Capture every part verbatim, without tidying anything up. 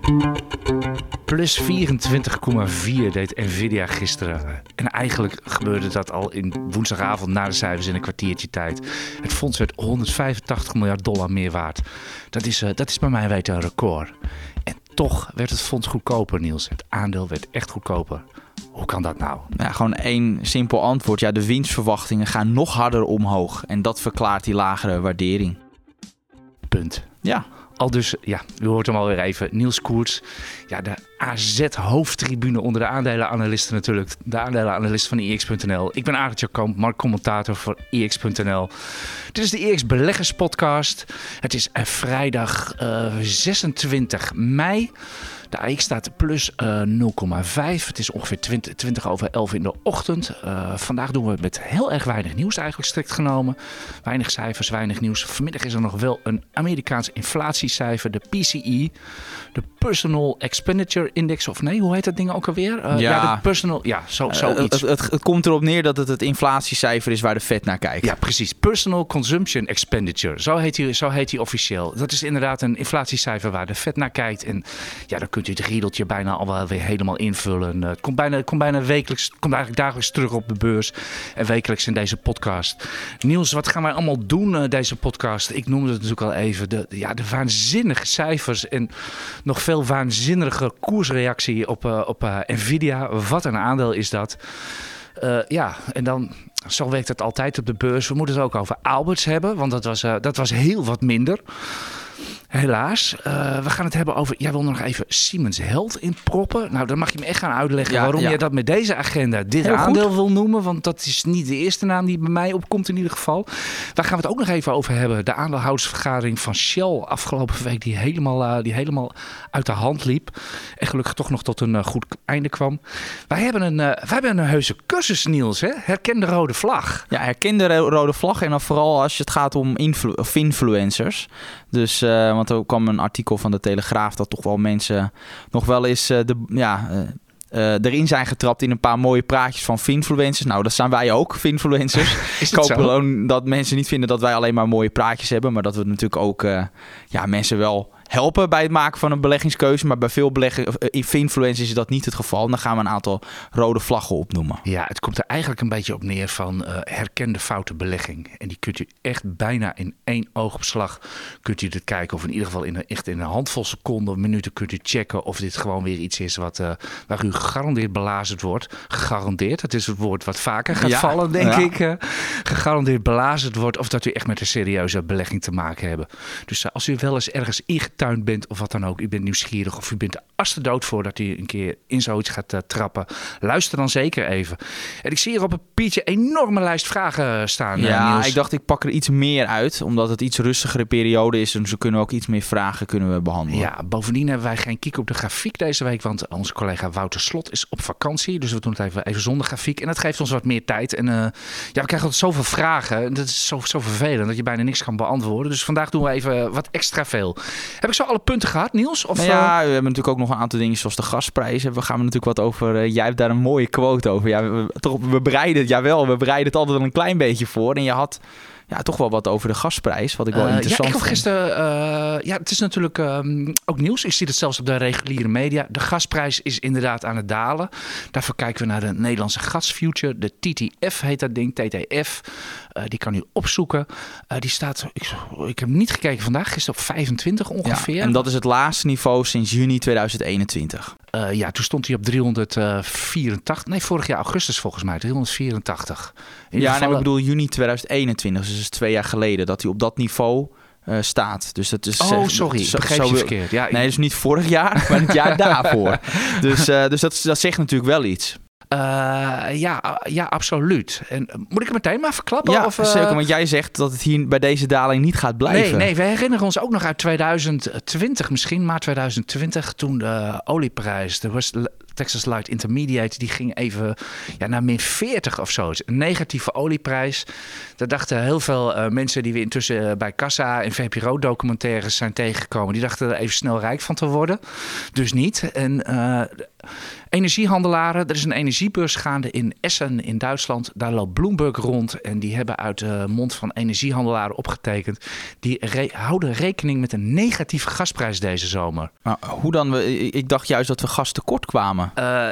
Plus vierentwintig komma vier deed Nvidia gisteren. En eigenlijk gebeurde dat al in woensdagavond na de cijfers in een kwartiertje tijd. Het fonds werd honderdvijfentachtig miljard dollar meer waard. Dat is, uh, dat is bij mij weten een record. En toch werd het fonds goedkoper, Niels. Het aandeel werd echt goedkoper. Hoe kan dat nou? Ja, gewoon één simpel antwoord. Ja, de winstverwachtingen gaan nog harder omhoog. En dat verklaart die lagere waardering. Punt. Ja. Al dus, ja, u hoort hem alweer even. Niels Koerts, ja, de A Z-hoofdtribune onder de aandelenanalisten natuurlijk. De aandelenanalist van I X punt N L. Ik ben Arend Jan Kamp, marktcommentator voor I X punt N L. Dit is de I X Beleggers Podcast. Het is uh, vrijdag uh, zesentwintig mei. De A X staat plus uh, nul komma vijf. Het is ongeveer twintig, twintig over elf in de ochtend. Uh, vandaag doen we het met heel erg weinig nieuws eigenlijk strikt genomen. Weinig cijfers, weinig nieuws. Vanmiddag is er nog wel een Amerikaans inflatiecijfer, de P C E. De Personal Expenditure Index, of nee, hoe heet dat ding ook alweer? Uh, ja. ja, de personal, ja, zo, zoiets. Uh, het, het, het komt erop neer dat het het inflatiecijfer is waar de Fed naar kijkt. Ja, precies. Personal Consumption Expenditure. Zo heet hij, zo heet hij officieel. Dat is inderdaad een inflatiecijfer waar de Fed naar kijkt. En ja, dan kunt u het riedeltje bijna al wel weer helemaal invullen. Uh, het komt bijna, het komt bijna wekelijks, het komt eigenlijk dagelijks terug op de beurs. En wekelijks in deze podcast. Niels, wat gaan wij allemaal doen uh, deze podcast? Ik noemde het natuurlijk al even. De, ja, de waanzinnige cijfers en nog veel waanzinnige koersreactie op, uh, op uh, Nvidia. Wat een aandeel is dat. Uh, ja, en dan, zo werkt het altijd op de beurs. We moeten het ook over Aalberts hebben, want dat was, uh, dat was heel wat minder. Helaas. Uh, we gaan het hebben over... Jij wil nog even Siemens Health inproppen. Nou, dan mag je me echt gaan uitleggen ja, waarom ja. je dat met deze agenda dit heel aandeel goed. wil noemen. Want dat is niet de eerste naam die bij mij opkomt in ieder geval. Daar gaan we het ook nog even over hebben. De aandeelhoudersvergadering van Shell afgelopen week die helemaal, uh, die helemaal uit de hand liep. En gelukkig toch nog tot een uh, goed einde kwam. Wij hebben een, uh, wij hebben een heuse cursus, Niels. Hè? Herken de rode vlag. Ja, herken de rode vlag. En dan vooral als je het gaat om influ- of influencers. Dus... Uh, Want er kwam een artikel van de Telegraaf dat toch wel mensen nog wel eens uh, de, ja, uh, uh, erin zijn getrapt in een paar mooie praatjes van finfluencers. Nou, dat zijn wij ook, finfluencers. Ik hoop gewoon dat mensen niet vinden dat wij alleen maar mooie praatjes hebben, maar dat we natuurlijk ook uh, ja, mensen wel helpen bij het maken van een beleggingskeuze. Maar bij veel beleggen, influencers is dat niet het geval. En dan gaan we een aantal rode vlaggen opnoemen. Ja, het komt er eigenlijk een beetje op neer van uh, herkende foute belegging. En die kunt u echt bijna in één oogopslag kunt u dit kijken. Of in ieder geval in een, echt in een handvol seconden of minuten kunt u checken of dit gewoon weer iets is wat, uh, waar u gegarandeerd belazerd wordt. Gegarandeerd, dat is het woord wat vaker gaat ja, vallen, denk ja. ik. Uh, gegarandeerd belazerd wordt of dat u echt met een serieuze belegging te maken hebt. Dus uh, als u wel eens ergens ingetuind bent of wat dan ook, u bent nieuwsgierig of u bent er als de dood voor dat u een keer in zoiets gaat uh, trappen, luister dan zeker even. En ik zie hier op een papiertje een enorme lijst vragen staan. Ja, Niels. Ik dacht ik pak er iets meer uit, omdat het iets rustigere periode is en ze kunnen ook iets meer vragen kunnen we behandelen. Ja, bovendien hebben wij geen kiek op de grafiek deze week, want onze collega Wouter Slot is op vakantie, dus we doen het even, even zonder grafiek en dat geeft ons wat meer tijd. En uh, ja, we krijgen altijd zoveel vragen en dat is zo, zo vervelend dat je bijna niks kan beantwoorden. Dus vandaag doen we even wat extra veel. Heb ik zo alle punten gehad, Niels? Of, nou ja, we hebben natuurlijk ook nog een aantal dingen zoals de gasprijzen. We gaan er natuurlijk wat over. Uh, jij hebt daar een mooie quote over. Ja, we, toch, we bereiden het, jawel, we bereiden het altijd wel een klein beetje voor. En je had ja, toch wel wat over de gasprijs, wat ik wel uh, interessant ja, ik vond. gisteren, uh, ja, het is natuurlijk um, ook nieuws. Ik zie het zelfs op de reguliere media. De gasprijs is inderdaad aan het dalen. Daarvoor kijken we naar de Nederlandse gasfuture. De T T F heet dat ding, T T F. Uh, die kan u opzoeken. Uh, die staat, ik, ik heb niet gekeken vandaag, gisteren op vijfentwintig ongeveer. Ja, en dat is het laagste niveau sinds juni tweeduizend eenentwintig. Uh, ja, toen stond hij op driehonderdvierentachtig. Nee, vorig jaar augustus volgens mij, driehonderdvierentachtig. In ja, geval, nee, ik bedoel juni tweeduizend eenentwintig, dus dat is twee jaar geleden, dat hij op dat niveau uh, staat. Dus dat is, oh, sorry, zo, begreep je zo, verkeerd. Ja, nee, dus niet vorig jaar, maar het jaar daarvoor. Dus, uh, dus dat, dat zegt natuurlijk wel iets. Uh, ja, ja, absoluut. En moet ik het meteen maar verklappen? Ja, of, uh... zeker. Want jij zegt dat het hier bij deze daling niet gaat blijven. Nee, nee, we herinneren ons ook nog uit tweeduizend twintig misschien, maart tweeduizend twintig, toen de olieprijs, er was Texas Light Intermediate, die ging even ja, naar min veertig of zo. Een negatieve olieprijs. Daar dachten heel veel uh, mensen die we intussen uh, bij Kassa en V P R O-documentaires zijn tegengekomen. Die dachten er even snel rijk van te worden. Dus niet. En uh, energiehandelaren, er is een energiebeurs gaande in Essen in Duitsland. Daar loopt Bloomberg rond en die hebben uit de mond van energiehandelaren opgetekend. Die re- houden rekening met een negatieve gasprijs deze zomer. Maar hoe dan? Ik dacht juist dat we gas tekort kwamen. Uh,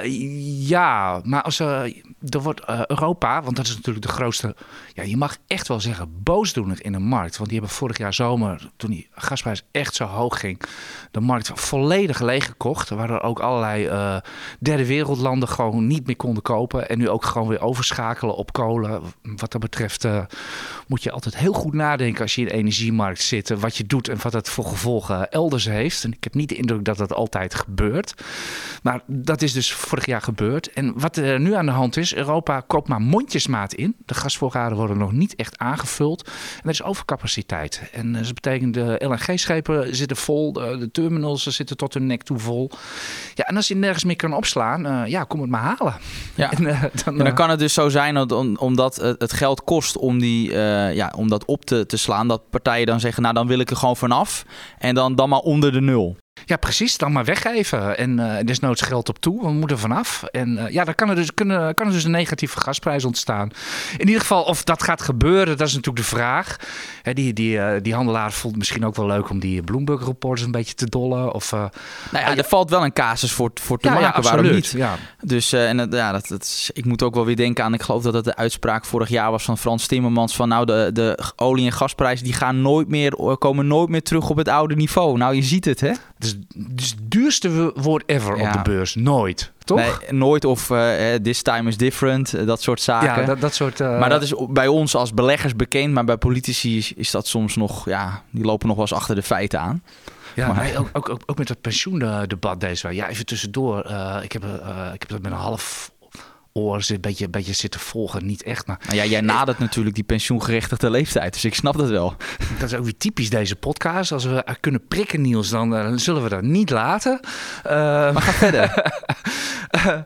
ja, maar als uh, er wordt uh, Europa, want dat is natuurlijk de grootste, ja, je mag echt wel zeggen boosdoener in de markt. Want die hebben vorig jaar zomer, toen die gasprijs echt zo hoog ging, de markt volledig leeggekocht. Waar er ook allerlei uh, derde wereldlanden gewoon niet meer konden kopen. En nu ook gewoon weer overschakelen op kolen. Wat dat betreft uh, moet je altijd heel goed nadenken als je in de energiemarkt zit. Wat je doet en wat dat voor gevolgen elders heeft. En ik heb niet de indruk dat dat altijd gebeurt. Maar dat is dus vorig jaar gebeurd. En wat er nu aan de hand is, Europa koopt maar mondjesmaat in. De gasvoorraden worden nog niet echt aangevuld. En er is overcapaciteit. En dat betekent de L N G-schepen zitten vol. De, de terminals zitten tot hun nek toe vol. Ja, en als je nergens meer kan opslaan, uh, ja, kom het maar halen. Ja. En, uh, dan, uh... en dan kan het dus zo zijn dat omdat het geld kost om, die, uh, ja, om dat op te, te slaan, dat partijen dan zeggen, nou dan wil ik er gewoon vanaf. En dan, dan maar onder de nul. Ja, precies. Dan maar weggeven. En uh, desnoods geld op toe. We moeten vanaf. En uh, ja, dan kan er, dus, kunnen, kan er dus een negatieve gasprijs ontstaan. In ieder geval, of dat gaat gebeuren, dat is natuurlijk de vraag. Hè, die, die, uh, die handelaar vond het misschien ook wel leuk om die Bloomberg reports een beetje te dollen. Of, uh, nou ja, uh, er ja. valt wel een casus voor, voor te ja, maken. Ja, waarom niet? Ja. Dus uh, en, uh, ja, dat, dat is, ik moet ook wel weer denken aan, ik geloof dat het de uitspraak vorig jaar was van Frans Timmermans. Van nou, de, de olie- en gasprijzen die gaan nooit meer, komen nooit meer terug op het oude niveau. Nou, je ziet het, hè? Dus, dus het duurste woord ever ja. op de beurs. Nooit. Toch? Nee, nooit of uh, this time is different, uh, dat soort zaken. Ja, dat, dat soort... Uh... Maar dat is bij ons als beleggers bekend, maar bij politici is, is dat soms nog, ja, die lopen nog wel eens achter de feiten aan. Ja, maar... nee, ook, ook, ook, ook met het pensioendebat deze week. Ja, even tussendoor. Uh, ik, heb, uh, ik heb dat met een half oor een beetje, een beetje zitten volgen. Niet echt, maar... Nou ja, jij nadert natuurlijk die pensioengerechtigde leeftijd, dus ik snap dat wel. Dat is ook weer typisch deze podcast. Als we kunnen prikken, Niels, dan uh, zullen we dat niet laten. Uh, maar ga verder. uh, uh,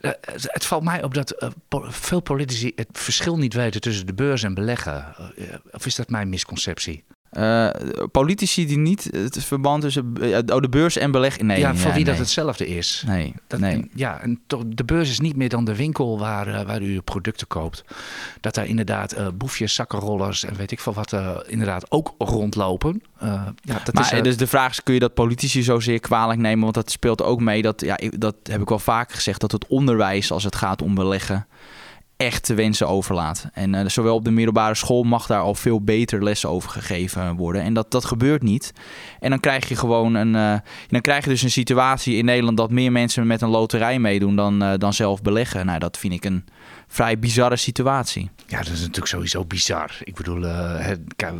het valt mij op dat uh, po- veel politici het verschil niet weten tussen de beurs en beleggen. Uh, of is dat mijn misconceptie? Uh, politici die niet het verband tussen uh, oh, de beurs en beleggen. Nee, ja, voor ja, wie nee. dat hetzelfde is. Nee, dat, nee. En, ja, en toch, de beurs is niet meer dan de winkel waar, uh, waar u producten koopt. Dat daar inderdaad uh, boefjes, zakkenrollers en weet ik veel wat uh, inderdaad ook rondlopen. Uh, ja, dat maar is, uh, dus de vraag is, kun je dat politici zozeer kwalijk nemen? Want dat speelt ook mee. Dat, ja, dat heb ik wel vaker gezegd, dat het onderwijs als het gaat om beleggen echt te wensen overlaat. En uh, zowel op de middelbare school mag daar al veel beter les over gegeven worden. En dat, dat gebeurt niet. En dan krijg je gewoon een... Uh, dan krijg je dus een situatie in Nederland dat meer mensen met een loterij meedoen dan, uh, dan zelf beleggen. Nou, dat vind ik een vrij bizarre situatie. Ja, dat is natuurlijk sowieso bizar. Ik bedoel, uh, het,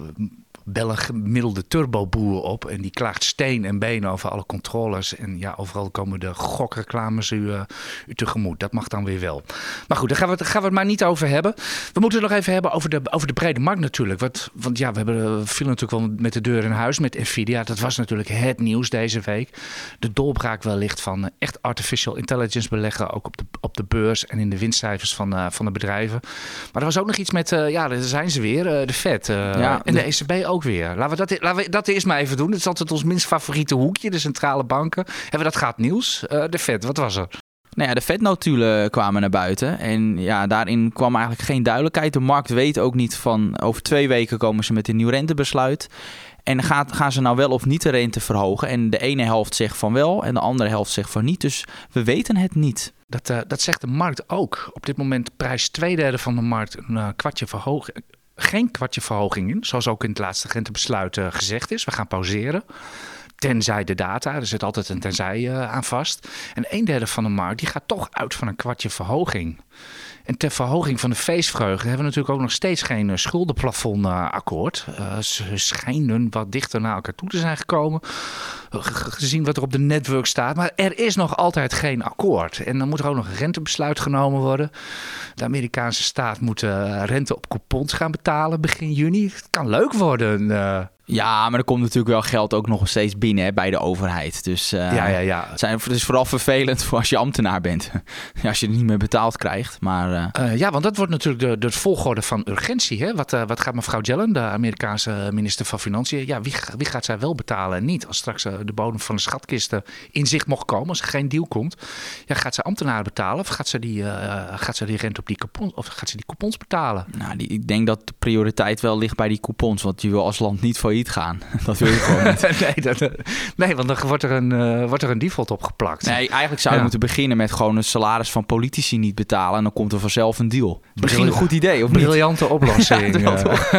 bel een gemiddelde turboboer op en die klaagt steen en been over alle controles. En ja, overal komen de gokreclames u, uh, u tegemoet. Dat mag dan weer wel. Maar goed, daar gaan we, daar gaan we het maar niet over hebben. We moeten het nog even hebben over de, over de brede markt natuurlijk. Want, want ja, we hebben, we vielen natuurlijk wel met de deur in huis met Nvidia. Dat was natuurlijk het nieuws deze week. De doorbraak wellicht van echt artificial intelligence beleggen. Ook op de, op de beurs en in de winstcijfers van, uh, van de bedrijven. Maar er was ook nog iets met, uh, ja, daar zijn ze weer, uh, de Fed uh, ja, en de, de E C B ook. Ook weer. Laten we, dat, laten we dat eerst maar even doen. Het is altijd ons minst favoriete hoekje, de centrale banken. Hebben we dat gehad nieuws? Uh, de Fed, wat was er? Nou ja, de Fed-notulen kwamen naar buiten. En ja, daarin kwam eigenlijk geen duidelijkheid. De markt weet ook niet van over twee weken komen ze met een nieuw rentebesluit. En gaat, gaan ze nou wel of niet de rente verhogen? En de ene helft zegt van wel en de andere helft zegt van niet. Dus we weten het niet. Dat, uh, dat zegt de markt ook. Op dit moment prijst twee derde van de markt een uh, kwartje verhoging. Geen kwartje verhoging in, zoals ook in het laatste rentebesluit uh, gezegd is. We gaan pauzeren. Tenzij de data, er zit altijd een tenzij uh, aan vast. En een derde van de markt die gaat toch uit van een kwartje verhoging. En ter verhoging van de feestvreugde hebben we natuurlijk ook nog steeds geen uh, schuldenplafondakkoord. Uh, ze schijnen wat dichter naar elkaar toe te zijn gekomen. gezien wat er op de network staat. Maar er is nog altijd geen akkoord. En dan moet er ook nog een rentebesluit genomen worden. De Amerikaanse staat moet uh, rente op coupons gaan betalen begin juni. Het kan leuk worden. Uh, Ja, maar er komt natuurlijk wel geld ook nog steeds binnen hè, bij de overheid. Dus uh, ja, ja, ja. Het, zijn, het is vooral vervelend voor als je ambtenaar bent. Als je het niet meer betaald krijgt. Maar, uh... Uh, ja, want dat wordt natuurlijk de, de volgorde van urgentie. Hè? Wat, uh, wat gaat mevrouw Yellen, de Amerikaanse minister van Financiën... Ja, wie, wie gaat zij wel betalen en niet? Als straks uh, de bodem van de schatkisten in zicht mocht komen... als er geen deal komt, ja, gaat ze ambtenaren betalen... of gaat ze die, uh, gaat ze die rente op die coupons, of gaat ze die coupons betalen? Nou, die, ik denk dat de prioriteit wel ligt bij die coupons. Want je wil als land niet failliet gaan. Dat wil je gewoon niet. nee, dat, nee, want dan wordt er een, uh, wordt er een default opgeplakt. Nee, eigenlijk zou je ja. moeten beginnen met gewoon het salaris van politici niet betalen. En dan komt er vanzelf een deal. Misschien een goed idee, of niet? Briljante oplossing. ja,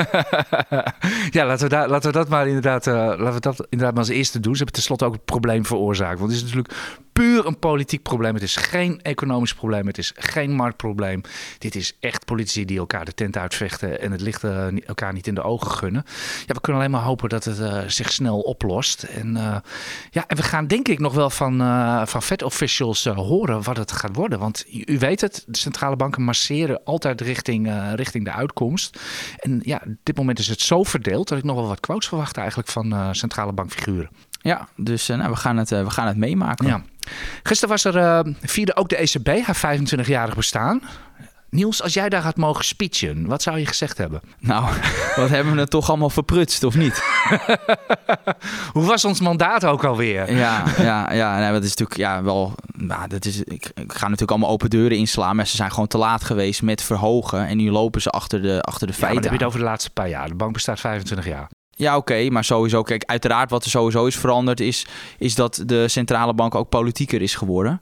ja, laten we, daar, laten we dat maar inderdaad, uh, laten we dat inderdaad maar als eerste doen. Ze hebben tenslotte ook het probleem veroorzaakt. Want het is natuurlijk puur een politiek probleem. Het is geen economisch probleem. Het is geen marktprobleem. Dit is echt politici die elkaar de tent uitvechten en het licht uh, elkaar niet in de ogen gunnen. Ja, we kunnen alleen maar hopen dat het uh, zich snel oplost. En, uh, ja, en we gaan denk ik nog wel van, uh, van Fed officials uh, horen wat het gaat worden. Want u, u weet het, de centrale banken masseren altijd richting, uh, richting de uitkomst. En ja, op dit moment is het zo verdeeld dat ik nog wel wat quotes verwacht eigenlijk van uh, centrale bankfiguren. Ja, dus uh, nou, we, gaan het, uh, we gaan het meemaken. Ja. Gisteren was er, uh, vierde ook de E C B haar vijfentwintigjarig bestaan. Niels, als jij daar had mogen speechen, wat zou je gezegd hebben? Nou, wat hebben we het toch allemaal verprutst, of niet? Hoe was ons mandaat ook alweer? Ja, ja, ja nee, dat is natuurlijk ja, wel... Nou, dat is, ik, ik ga natuurlijk allemaal open deuren inslaan, maar ze zijn gewoon te laat geweest met verhogen. En nu lopen ze achter de, achter de ja, feiten. maar dan heb je het over de laatste paar jaar. De bank bestaat vijfentwintig jaar. Ja, oké, okay, maar sowieso, kijk, uiteraard wat er sowieso is veranderd is, is dat de centrale bank ook politieker is geworden.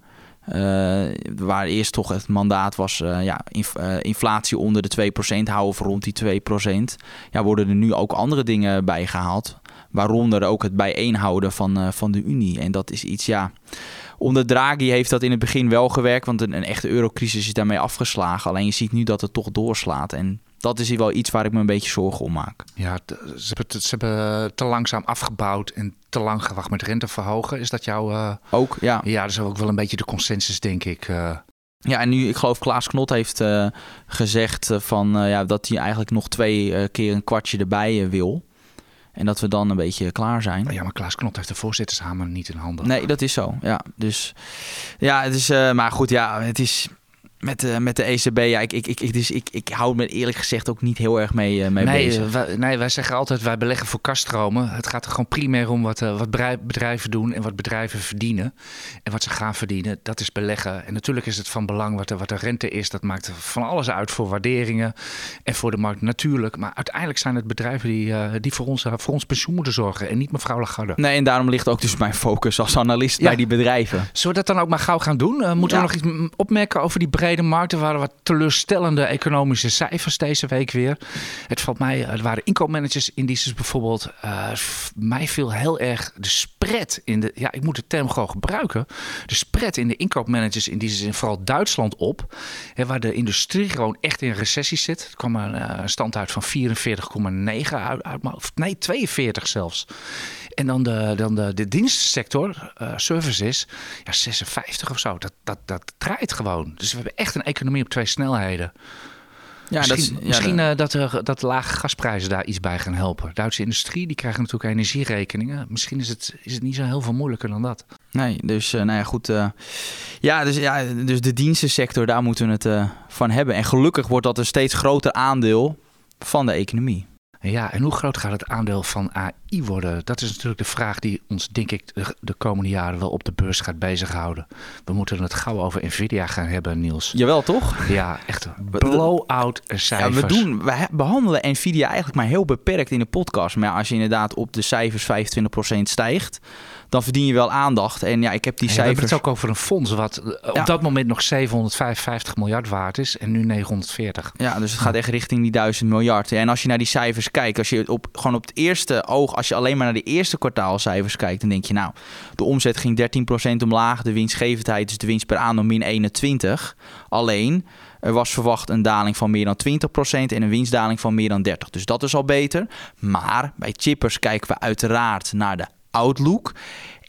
Uh, waar eerst toch het mandaat was, uh, ja, inf- uh, inflatie onder de twee procent houden voor rond die twee procent. Ja, worden er nu ook andere dingen bijgehaald. Waaronder ook het bijeenhouden van, uh, van de Unie. En dat is iets, ja... Onder Draghi heeft dat in het begin wel gewerkt, want een, een echte eurocrisis is daarmee afgeslagen. Alleen je ziet nu dat het toch doorslaat. En dat is hier wel iets waar ik me een beetje zorgen om maak. Ja, ze hebben, ze hebben te langzaam afgebouwd en te lang gewacht met rente verhogen. Is dat jouw... Uh... Ook, ja. Ja, dat is ook wel een beetje de consensus, denk ik. Uh... Ja, en nu, ik geloof Klaas Knot heeft uh, gezegd uh, van, uh, ja, dat hij eigenlijk nog twee uh, keer een kwartje erbij uh, wil. En dat we dan een beetje klaar zijn. Ja, maar Klaas Knot heeft de voorzittershamer niet in handen. Nee, dat is zo. Ja, dus ja, het is. Uh, maar goed, ja, het is met, uh, met de E C B. Ja, ik, ik, ik, dus ik, ik hou me eerlijk gezegd ook niet heel erg mee, uh, mee nee, bezig. Wij, nee, wij zeggen altijd, wij beleggen voor kaststromen. Het gaat er gewoon primair om wat, uh, wat bedrijven doen en wat bedrijven verdienen. En wat ze gaan verdienen, dat is beleggen. En natuurlijk is het van belang wat de, wat de rente is. Dat maakt van alles uit voor waarderingen en voor de markt natuurlijk. Maar uiteindelijk zijn het bedrijven die, uh, die voor, ons, uh, voor ons pensioen moeten zorgen. En niet mevrouw Lagarde. Nee, en daarom ligt ook dus mijn focus als analist ja. bij die bedrijven. Zullen we dat dan ook maar gauw gaan doen? Uh, moeten ja. we nog iets opmerken over die brede markten? Er waren wat teleurstellende economische cijfers deze week weer. Het valt mij, er waren inkoopmanagersindices bijvoorbeeld. Uh, mij viel heel erg de spread in de, ja, ik moet de term gewoon gebruiken. De spread in de inkoopmanagersindices in vooral Duitsland op. Hè, waar de industrie gewoon echt in recessie zit. Er kwam een uh, stand uit van vierenveertig komma negen uit, uit, of nee, tweeënveertig zelfs. En dan de, dan de, de dienstensector, uh, services, ja, zesenvijftig of zo. Dat, dat, dat draait gewoon. Dus we hebben echt een economie op twee snelheden. Ja, misschien dat, is, ja, misschien uh, dat, uh, dat lage gasprijzen daar iets bij gaan helpen. De Duitse industrie die krijgen natuurlijk energierekeningen. Misschien is het, is het niet zo heel veel moeilijker dan dat. Nee, dus uh, nou ja, goed. Uh, ja, dus, ja, dus de dienstensector, daar moeten we het uh, van hebben. En gelukkig wordt dat een steeds groter aandeel van de economie. Ja, en hoe groot gaat het aandeel van A I worden? Dat is natuurlijk de vraag die ons, denk ik, de, de komende jaren wel op de beurs gaat bezighouden. We moeten het gauw over Nvidia gaan hebben, Niels. Jawel, toch? Ja, echt blow-out cijfers. Ja, we, doen, we behandelen Nvidia eigenlijk maar heel beperkt in de podcast. Maar als je inderdaad op de cijfers vijfentwintig procent stijgt, dan verdien je wel aandacht. En ja, ik heb die ja, cijfers... We hebben het ook over een fonds wat op ja. dat moment nog zevenhonderdvijfenvijftig miljard waard is en nu negenhonderdveertig. Ja, dus het gaat echt richting die duizend miljard. Ja, en als je naar die cijfers kijkt, als je op, gewoon op het eerste oog, als je alleen maar naar de eerste kwartaalcijfers kijkt, dan denk je nou, de omzet ging dertien procent omlaag, de winstgevendheid, dus de winst per aandeel min eenentwintig. Alleen, er was verwacht een daling van meer dan twintig procent en een winstdaling van meer dan dertig. Dus dat is al beter. Maar bij Chippers kijken we uiteraard naar de outlook.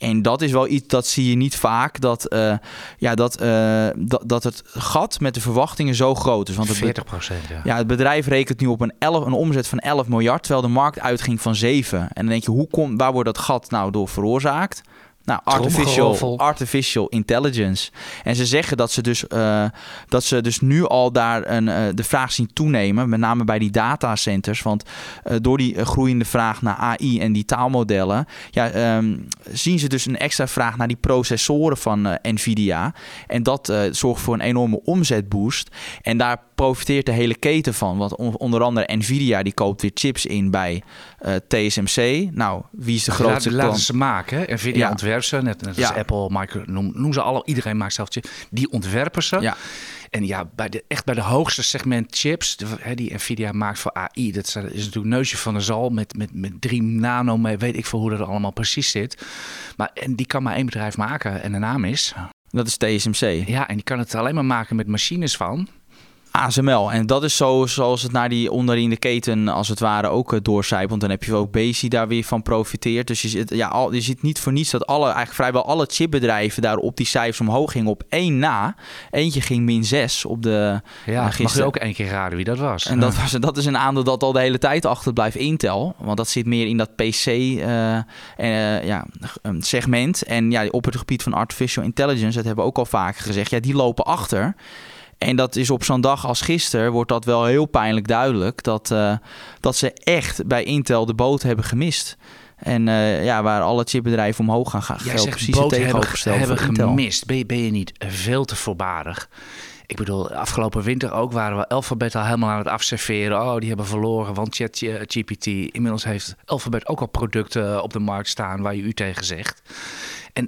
En dat is wel iets, dat zie je niet vaak, dat, uh, ja, dat, uh, dat, dat het gat met de verwachtingen zo groot is. Want het veertig procent, ja. Ja, het bedrijf rekent nu op een, elf, een omzet van elf miljard, terwijl de markt uitging van zeven. En dan denk je, hoe komt, waar wordt dat gat nou door veroorzaakt? Nou, artificial, artificial intelligence. En ze zeggen dat ze dus, uh, dat ze dus nu al daar een, uh, de vraag zien toenemen, met name bij die datacenters. Want uh, door die uh, groeiende vraag naar A I en die taalmodellen, ja, um, zien ze dus een extra vraag naar die processoren van uh, Nvidia. En dat uh, zorgt voor een enorme omzetboost. En daar profiteert de hele keten van. Want onder andere Nvidia die koopt weer chips in bij uh, T S M C. Nou, wie is de grootste klant? Laten ze maken. Hè? Nvidia ja. ontwerpt ze. Net, net als ja. Apple, Microsoft, noem, noem ze alle. Iedereen maakt zelf chips. Die ontwerpen ze. Ja. En ja, bij de, echt bij de hoogste segment chips, de, hè, die Nvidia maakt voor A I, dat is, dat is natuurlijk neusje van de zal met, met, met drie nano, mee, weet ik veel hoe dat allemaal precies zit. Maar en die kan maar één bedrijf maken en de naam is... Dat is T S M C. Ja, en die kan het alleen maar maken met machines van... A S M L. En dat is zo zoals het naar die onderin de keten als het ware ook uh, doorcijpelt. Want dan heb je ook Besi daar weer van profiteert. Dus je ziet, ja, al, je ziet niet voor niets dat alle, eigenlijk vrijwel alle chipbedrijven daar op die cijfers omhoog gingen op één na. Eentje ging min zes op de... Ja, uh, mag je ook één keer raden wie dat was. En dat, was, dat is een aandeel dat al de hele tijd achterblijft, Intel. Want dat zit meer in dat P C uh, uh, ja, segment. En ja, op het gebied van artificial intelligence, dat hebben we ook al vaker gezegd. Ja, die lopen achter. En dat is op zo'n dag als gisteren wordt dat wel heel pijnlijk duidelijk. Dat, uh, dat ze echt bij Intel de boot hebben gemist. En uh, ja, waar alle chipbedrijven omhoog gaan, gaan geldt precies het tegenovergestelde hebben, hebben gemist. Ben je, ben je niet veel te voorbarig? Ik bedoel, afgelopen winter ook waren we Alphabet al helemaal aan het afserveren. Oh, die hebben verloren, want ChatGPT. Inmiddels heeft Alphabet ook al producten op de markt staan waar je u tegen zegt. En...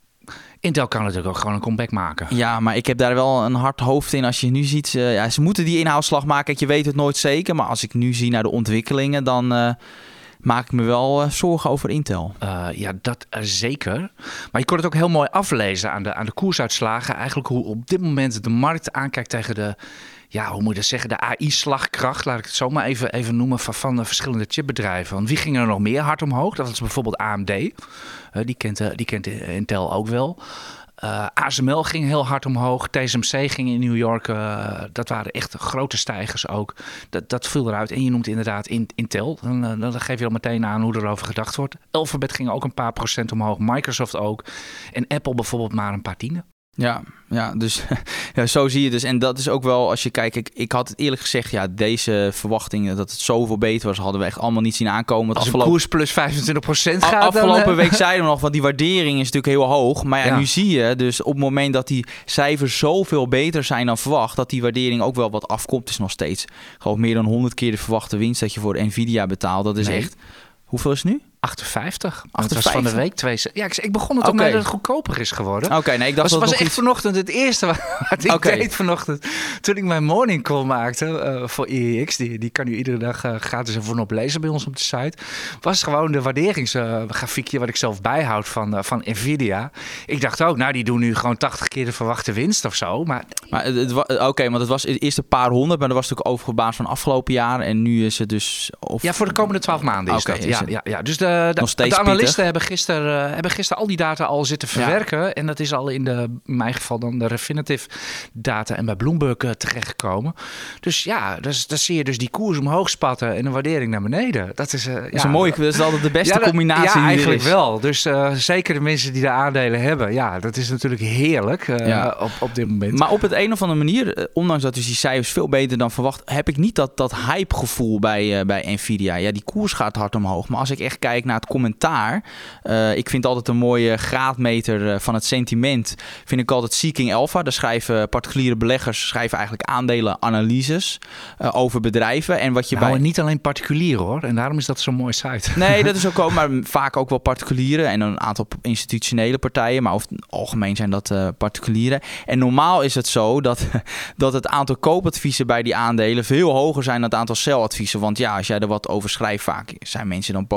Intel kan natuurlijk ook gewoon een comeback maken. Ja, maar ik heb daar wel een hard hoofd in. Als je nu ziet, uh, ja, ze moeten die inhaalslag maken. Je weet het nooit zeker. Maar als ik nu zie naar de ontwikkelingen, dan uh, maak ik me wel uh, zorgen over Intel. Uh, ja, dat uh, zeker. Maar je kon het ook heel mooi aflezen aan de, aan de koersuitslagen. Eigenlijk hoe op dit moment de markt aankijkt tegen de... Ja, hoe moet je dat zeggen? De A I-slagkracht, laat ik het zo maar even, even noemen, van, van de verschillende chipbedrijven. Want wie ging er nog meer hard omhoog? Dat is bijvoorbeeld A M D. Uh, die, kent, uh, die kent Intel ook wel. Uh, A S M L ging heel hard omhoog. T S M C ging in New York. Uh, dat waren echt grote stijgers ook. Dat, dat viel eruit. En je noemt inderdaad Intel. Dan, uh, dan geef je al meteen aan hoe er over gedacht wordt. Alphabet ging ook een paar procent omhoog. Microsoft ook. En Apple bijvoorbeeld maar een paar tienden. Ja, ja, dus ja, zo zie je dus. En dat is ook wel, als je kijkt, ik, ik had het eerlijk gezegd, ja, deze verwachtingen dat het zoveel beter was, hadden we echt allemaal niet zien aankomen. Als afgelopen... een koers plus vijfentwintig procent gaat. Afgelopen dan, week zeiden we nog, want die waardering is natuurlijk heel hoog. Maar ja, ja, nu zie je dus op het moment dat die cijfers zoveel beter zijn dan verwacht, dat die waardering ook wel wat afkomt. Is nog steeds, geloof meer dan honderd keer de verwachte winst dat je voor Nvidia betaalt. Dat is nee. echt, hoeveel is het nu? achtenvijftig. achtenvijftig. Het was van de week twee. Ja, ik, ik begon het okay. omdat het goedkoper is geworden. Oké, okay, nee, ik dacht was, dat was echt iets... vanochtend het eerste wat ik okay. deed vanochtend. Toen ik mijn morning call maakte uh, voor I E X, die, die kan u iedere dag uh, gratis even oplezen bij ons op de site, was gewoon de waarderingsgrafiekje uh, wat ik zelf bijhoud van, uh, van Nvidia. Ik dacht ook, nou die doen nu gewoon tachtig keer de verwachte winst of zo. Maar, maar oké, okay, want het was eerst een paar honderd, maar dat was natuurlijk overgebaasd van afgelopen jaar en nu is het dus... Of... Ja, voor de komende twaalf maanden is okay, dat. Is ja, ja, ja. Dus de, de, de analisten hebben gisteren, uh, hebben gisteren al die data al zitten verwerken. Ja. En dat is al in, de, in mijn geval dan de Refinitiv data en bij Bloomberg uh, terechtgekomen. Dus ja, dus, dan zie je dus die koers omhoog spatten en een waardering naar beneden. Dat is, uh, dat is ja, een mooie, dat is altijd de beste ja, dat, combinatie. Ja, eigenlijk wel. Dus uh, zeker de mensen die de aandelen hebben. Ja, dat is natuurlijk heerlijk uh, ja. op, op dit moment. Maar op het een of andere manier, ondanks dat dus die cijfers veel beter dan verwacht, heb ik niet dat, dat hypegevoel bij, uh, bij Nvidia. Ja, die koers gaat hard omhoog. Maar als ik echt kijk naar het commentaar, Uh, ik vind altijd een mooie graadmeter uh, van het sentiment. Vind ik altijd Seeking Alpha. Daar schrijven particuliere beleggers schrijven eigenlijk aandelenanalyses uh, over bedrijven. En wat je nou, bij... niet alleen particulieren hoor. En daarom is dat zo'n mooie site. Nee, dat is ook wel, maar vaak ook wel particulieren en een aantal institutionele partijen. Maar over het algemeen zijn dat uh, particulieren. En normaal is het zo dat, dat het aantal koopadviezen bij die aandelen veel hoger zijn dan het aantal seladviezen. Want ja, als jij er wat over schrijft, vaak zijn mensen dan positief. Maar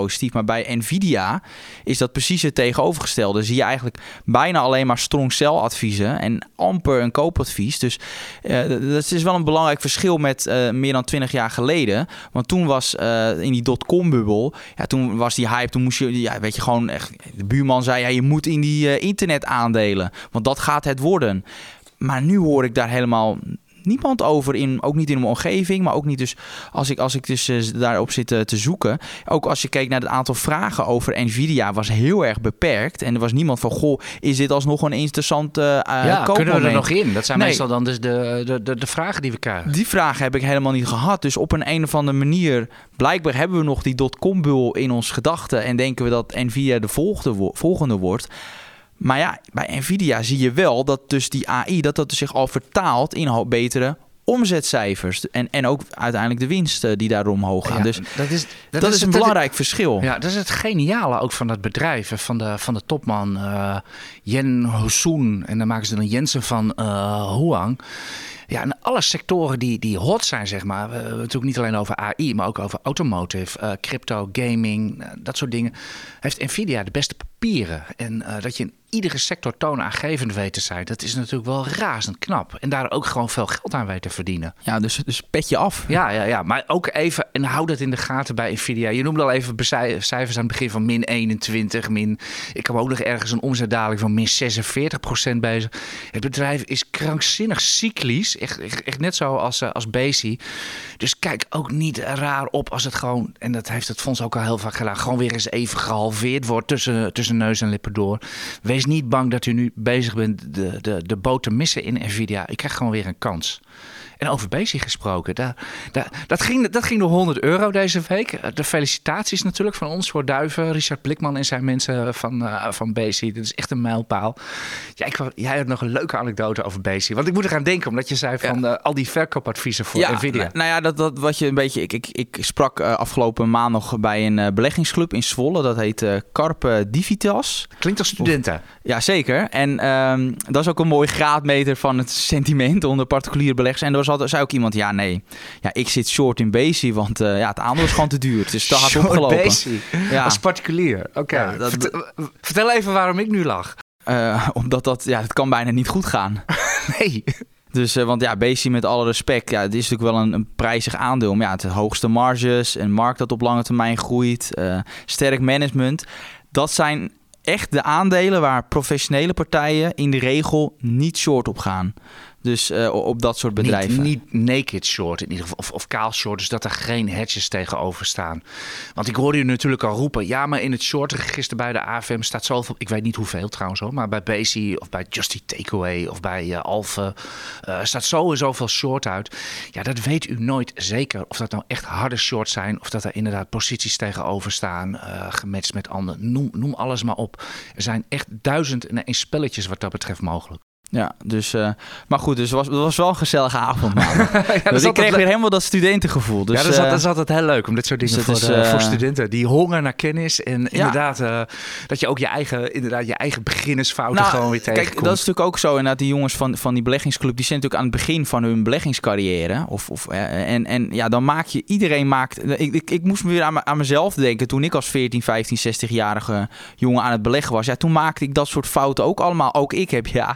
bij Nvidia is dat precies het tegenovergestelde. Zie je eigenlijk bijna alleen maar strong sell adviezen en amper een koopadvies. Dus uh, dat is wel een belangrijk verschil met uh, meer dan twintig jaar geleden. Want toen was uh, in die dotcom-bubbel, ja, toen was die hype, toen moest je, ja, weet je, gewoon echt, de buurman zei, ja, je moet in die uh, internetaandelen, want dat gaat het worden. Maar nu hoor ik daar helemaal niemand over, in, ook niet in mijn omgeving, maar ook niet dus als ik, als ik dus uh, daarop zit uh, te zoeken. Ook als je keek naar het aantal vragen over Nvidia was heel erg beperkt. En er was niemand van, goh, is dit alsnog een interessante uh, ja, koopmoment? Kunnen we er nog in? Dat zijn nee. meestal dan dus de, de, de, de vragen die we krijgen. Die vragen heb ik helemaal niet gehad. Dus op een, een of andere manier, blijkbaar hebben we nog die dotcom-bubbel in ons gedachten en denken we dat Nvidia de volgende, volgende wordt. Maar ja, bij Nvidia zie je wel dat dus die A I, dat dat zich al vertaalt in betere omzetcijfers. En, en ook uiteindelijk de winsten die daar omhoog gaan. Ja, dus dat is, dat dat is, is een dat belangrijk is, verschil. Ja, dat is het geniale ook van dat bedrijf. Van de, van de topman uh, Jen Hosoon. En daar maken ze dan Jensen van uh, Huang. Ja, en alle sectoren die, die hot zijn, zeg maar. We hebben het natuurlijk niet alleen over A I, maar ook over automotive, uh, crypto, gaming, uh, dat soort dingen. Heeft Nvidia de beste papieren. En uh, dat je in iedere sector toonaangevend weet te zijn, dat is natuurlijk wel razend knap. En daar ook gewoon veel geld aan weet te verdienen. Ja, dus, dus pet je af. Ja, ja, ja, maar ook even, en hou dat in de gaten bij Nvidia. Je noemde al even cijfers aan het begin van min eenentwintig, min... Ik heb ook nog ergens een omzetdaling van min zesenveertig procent bezig. Het bedrijf is krankzinnig cyclisch. Echt, echt, echt net zo als, uh, als Besi. Dus kijk ook niet raar op als het gewoon, en dat heeft het fonds ook al heel vaak gedaan, gewoon weer eens even gehalveerd wordt tussen, tussen neus en lippen door. Wees niet bang dat u nu bezig bent de, de, de boot te missen in Nvidia. Ik krijg gewoon weer een kans. En over Besi gesproken, daar, daar, dat, ging, dat ging door honderd euro deze week. De felicitaties natuurlijk van ons voor Duiven. Richard Blikman en zijn mensen van, uh, van Besi. Dat is echt een mijlpaal. Ja, ik, jij had nog een leuke anekdote over Besi. Want ik moet eraan denken, omdat je zei van ja. uh, al die verkoopadviezen voor ja, Nvidia. Nou, nou ja, dat, dat wat je een beetje... Ik, ik, ik sprak uh, afgelopen maand nog bij een uh, beleggingsclub in Zwolle. Dat heet uh, Carpe Divitas. Klinkt als studenten. Of, ja, zeker. En um, dat is ook een mooi graadmeter van het sentiment onder particuliere beleggers. En er was altijd, zei ook iemand, ja nee, ja, ik zit short in Besi, want uh, ja, het aandeel is gewoon te duur. Het is te hard opgelopen. Besi, ja. Als particulier. Oké. Okay. Ja, vertel, vertel even waarom ik nu lach. Uh, omdat dat, ja, het kan bijna niet goed gaan. Nee. Dus, uh, want ja, Besi met alle respect, ja, het is natuurlijk wel een, een prijzig aandeel. Maar ja, het hoogste marges, een markt dat op lange termijn groeit, uh, sterk management. Dat zijn echt de aandelen waar professionele partijen in de regel niet short op gaan. Dus uh, op dat soort bedrijven. Niet, niet naked short in ieder geval, of, of kaal short, dus dat er geen hedges tegenover staan. Want ik hoorde je natuurlijk al roepen, ja, maar in het shortregister bij de A F M staat zoveel, ik weet niet hoeveel trouwens hoor, maar bij Besi of bij Just Eat Takeaway of bij uh, Alpha uh, staat zo en zoveel short uit. Ja, dat weet u nooit zeker of dat nou echt harde shorts zijn of dat er inderdaad posities tegenover staan, uh, gematcht met anderen. Noem, noem alles maar op. Er zijn echt duizend en één spelletjes wat dat betreft mogelijk. Ja, dus, uh, maar goed, dus het was, het was wel een gezellige avond. ja, dus ik kreeg le- weer helemaal dat studentengevoel. Dus, ja, dat is, altijd, dat is altijd heel leuk om dit soort dingen dus voor, is, uh, voor studenten. Die honger naar kennis en ja. inderdaad uh, dat je ook je eigen, inderdaad, je eigen beginnersfouten nou, gewoon weer tegenkomt. Kijk, dat is natuurlijk ook zo. Inderdaad, die jongens van, van die beleggingsclub, die zijn natuurlijk aan het begin van hun beleggingscarrière. Of, of, uh, en, en ja, dan maak je, iedereen maakt... Ik, ik, ik moest me weer aan, aan mezelf denken toen ik als veertien, vijftien, zestig-jarige jongen aan het beleggen was. Ja, toen maakte ik dat soort fouten ook allemaal. Ook ik heb, ja...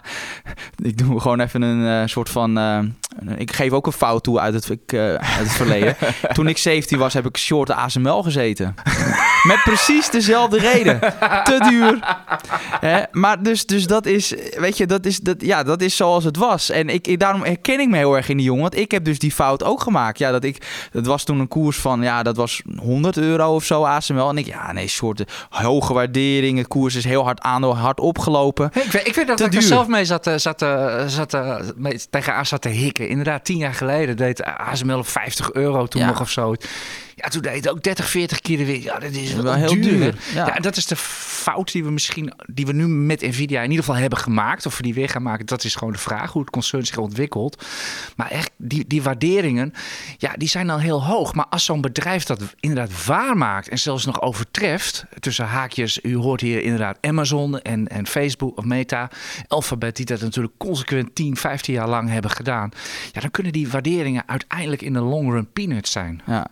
Ik doe gewoon even een uh, soort van... Uh, ik geef ook een fout toe uit het, ik, uh, uit het verleden. Toen ik zeventien was, heb ik short A S M L gezeten. Met precies dezelfde reden. Te duur. Hè? Maar dus, dus dat is... Weet je, dat is, dat, ja, dat is zoals het was. En ik, ik, daarom herken ik me heel erg in die jongen. Want ik heb dus die fout ook gemaakt. Ja, dat, ik, dat was toen een koers van... Ja, dat was honderd euro of zo A S M L. En ik... Ja, nee, soorten hoge waardering. Het koers is heel hard aandeel, hard opgelopen. Hey, ik, weet, ik weet dat ik er zelf mee zat... zat, zat mee, tegenaan zat te hikken. Inderdaad, tien jaar geleden deed A S M L op vijftig euro toen ja. nog of zo. Ja, toen deed het ook dertig, veertig keer de winst. Ja, dat is wel, wel heel duur. duur. Ja. ja, dat is de fout die we misschien, die we nu met Nvidia in ieder geval hebben gemaakt. Of we die weer gaan maken, dat is gewoon de vraag hoe het concern zich ontwikkelt. Maar echt, die, die waarderingen, ja, die zijn dan heel hoog. Maar als zo'n bedrijf dat inderdaad waarmaakt en zelfs nog overtreft, tussen haakjes, u hoort hier inderdaad Amazon en, en Facebook of Meta, Alphabet, die dat natuurlijk consequent tien, vijftien jaar lang hebben gedaan. Ja, dan kunnen die waarderingen uiteindelijk in de long run peanuts zijn. Ja, zal ik nog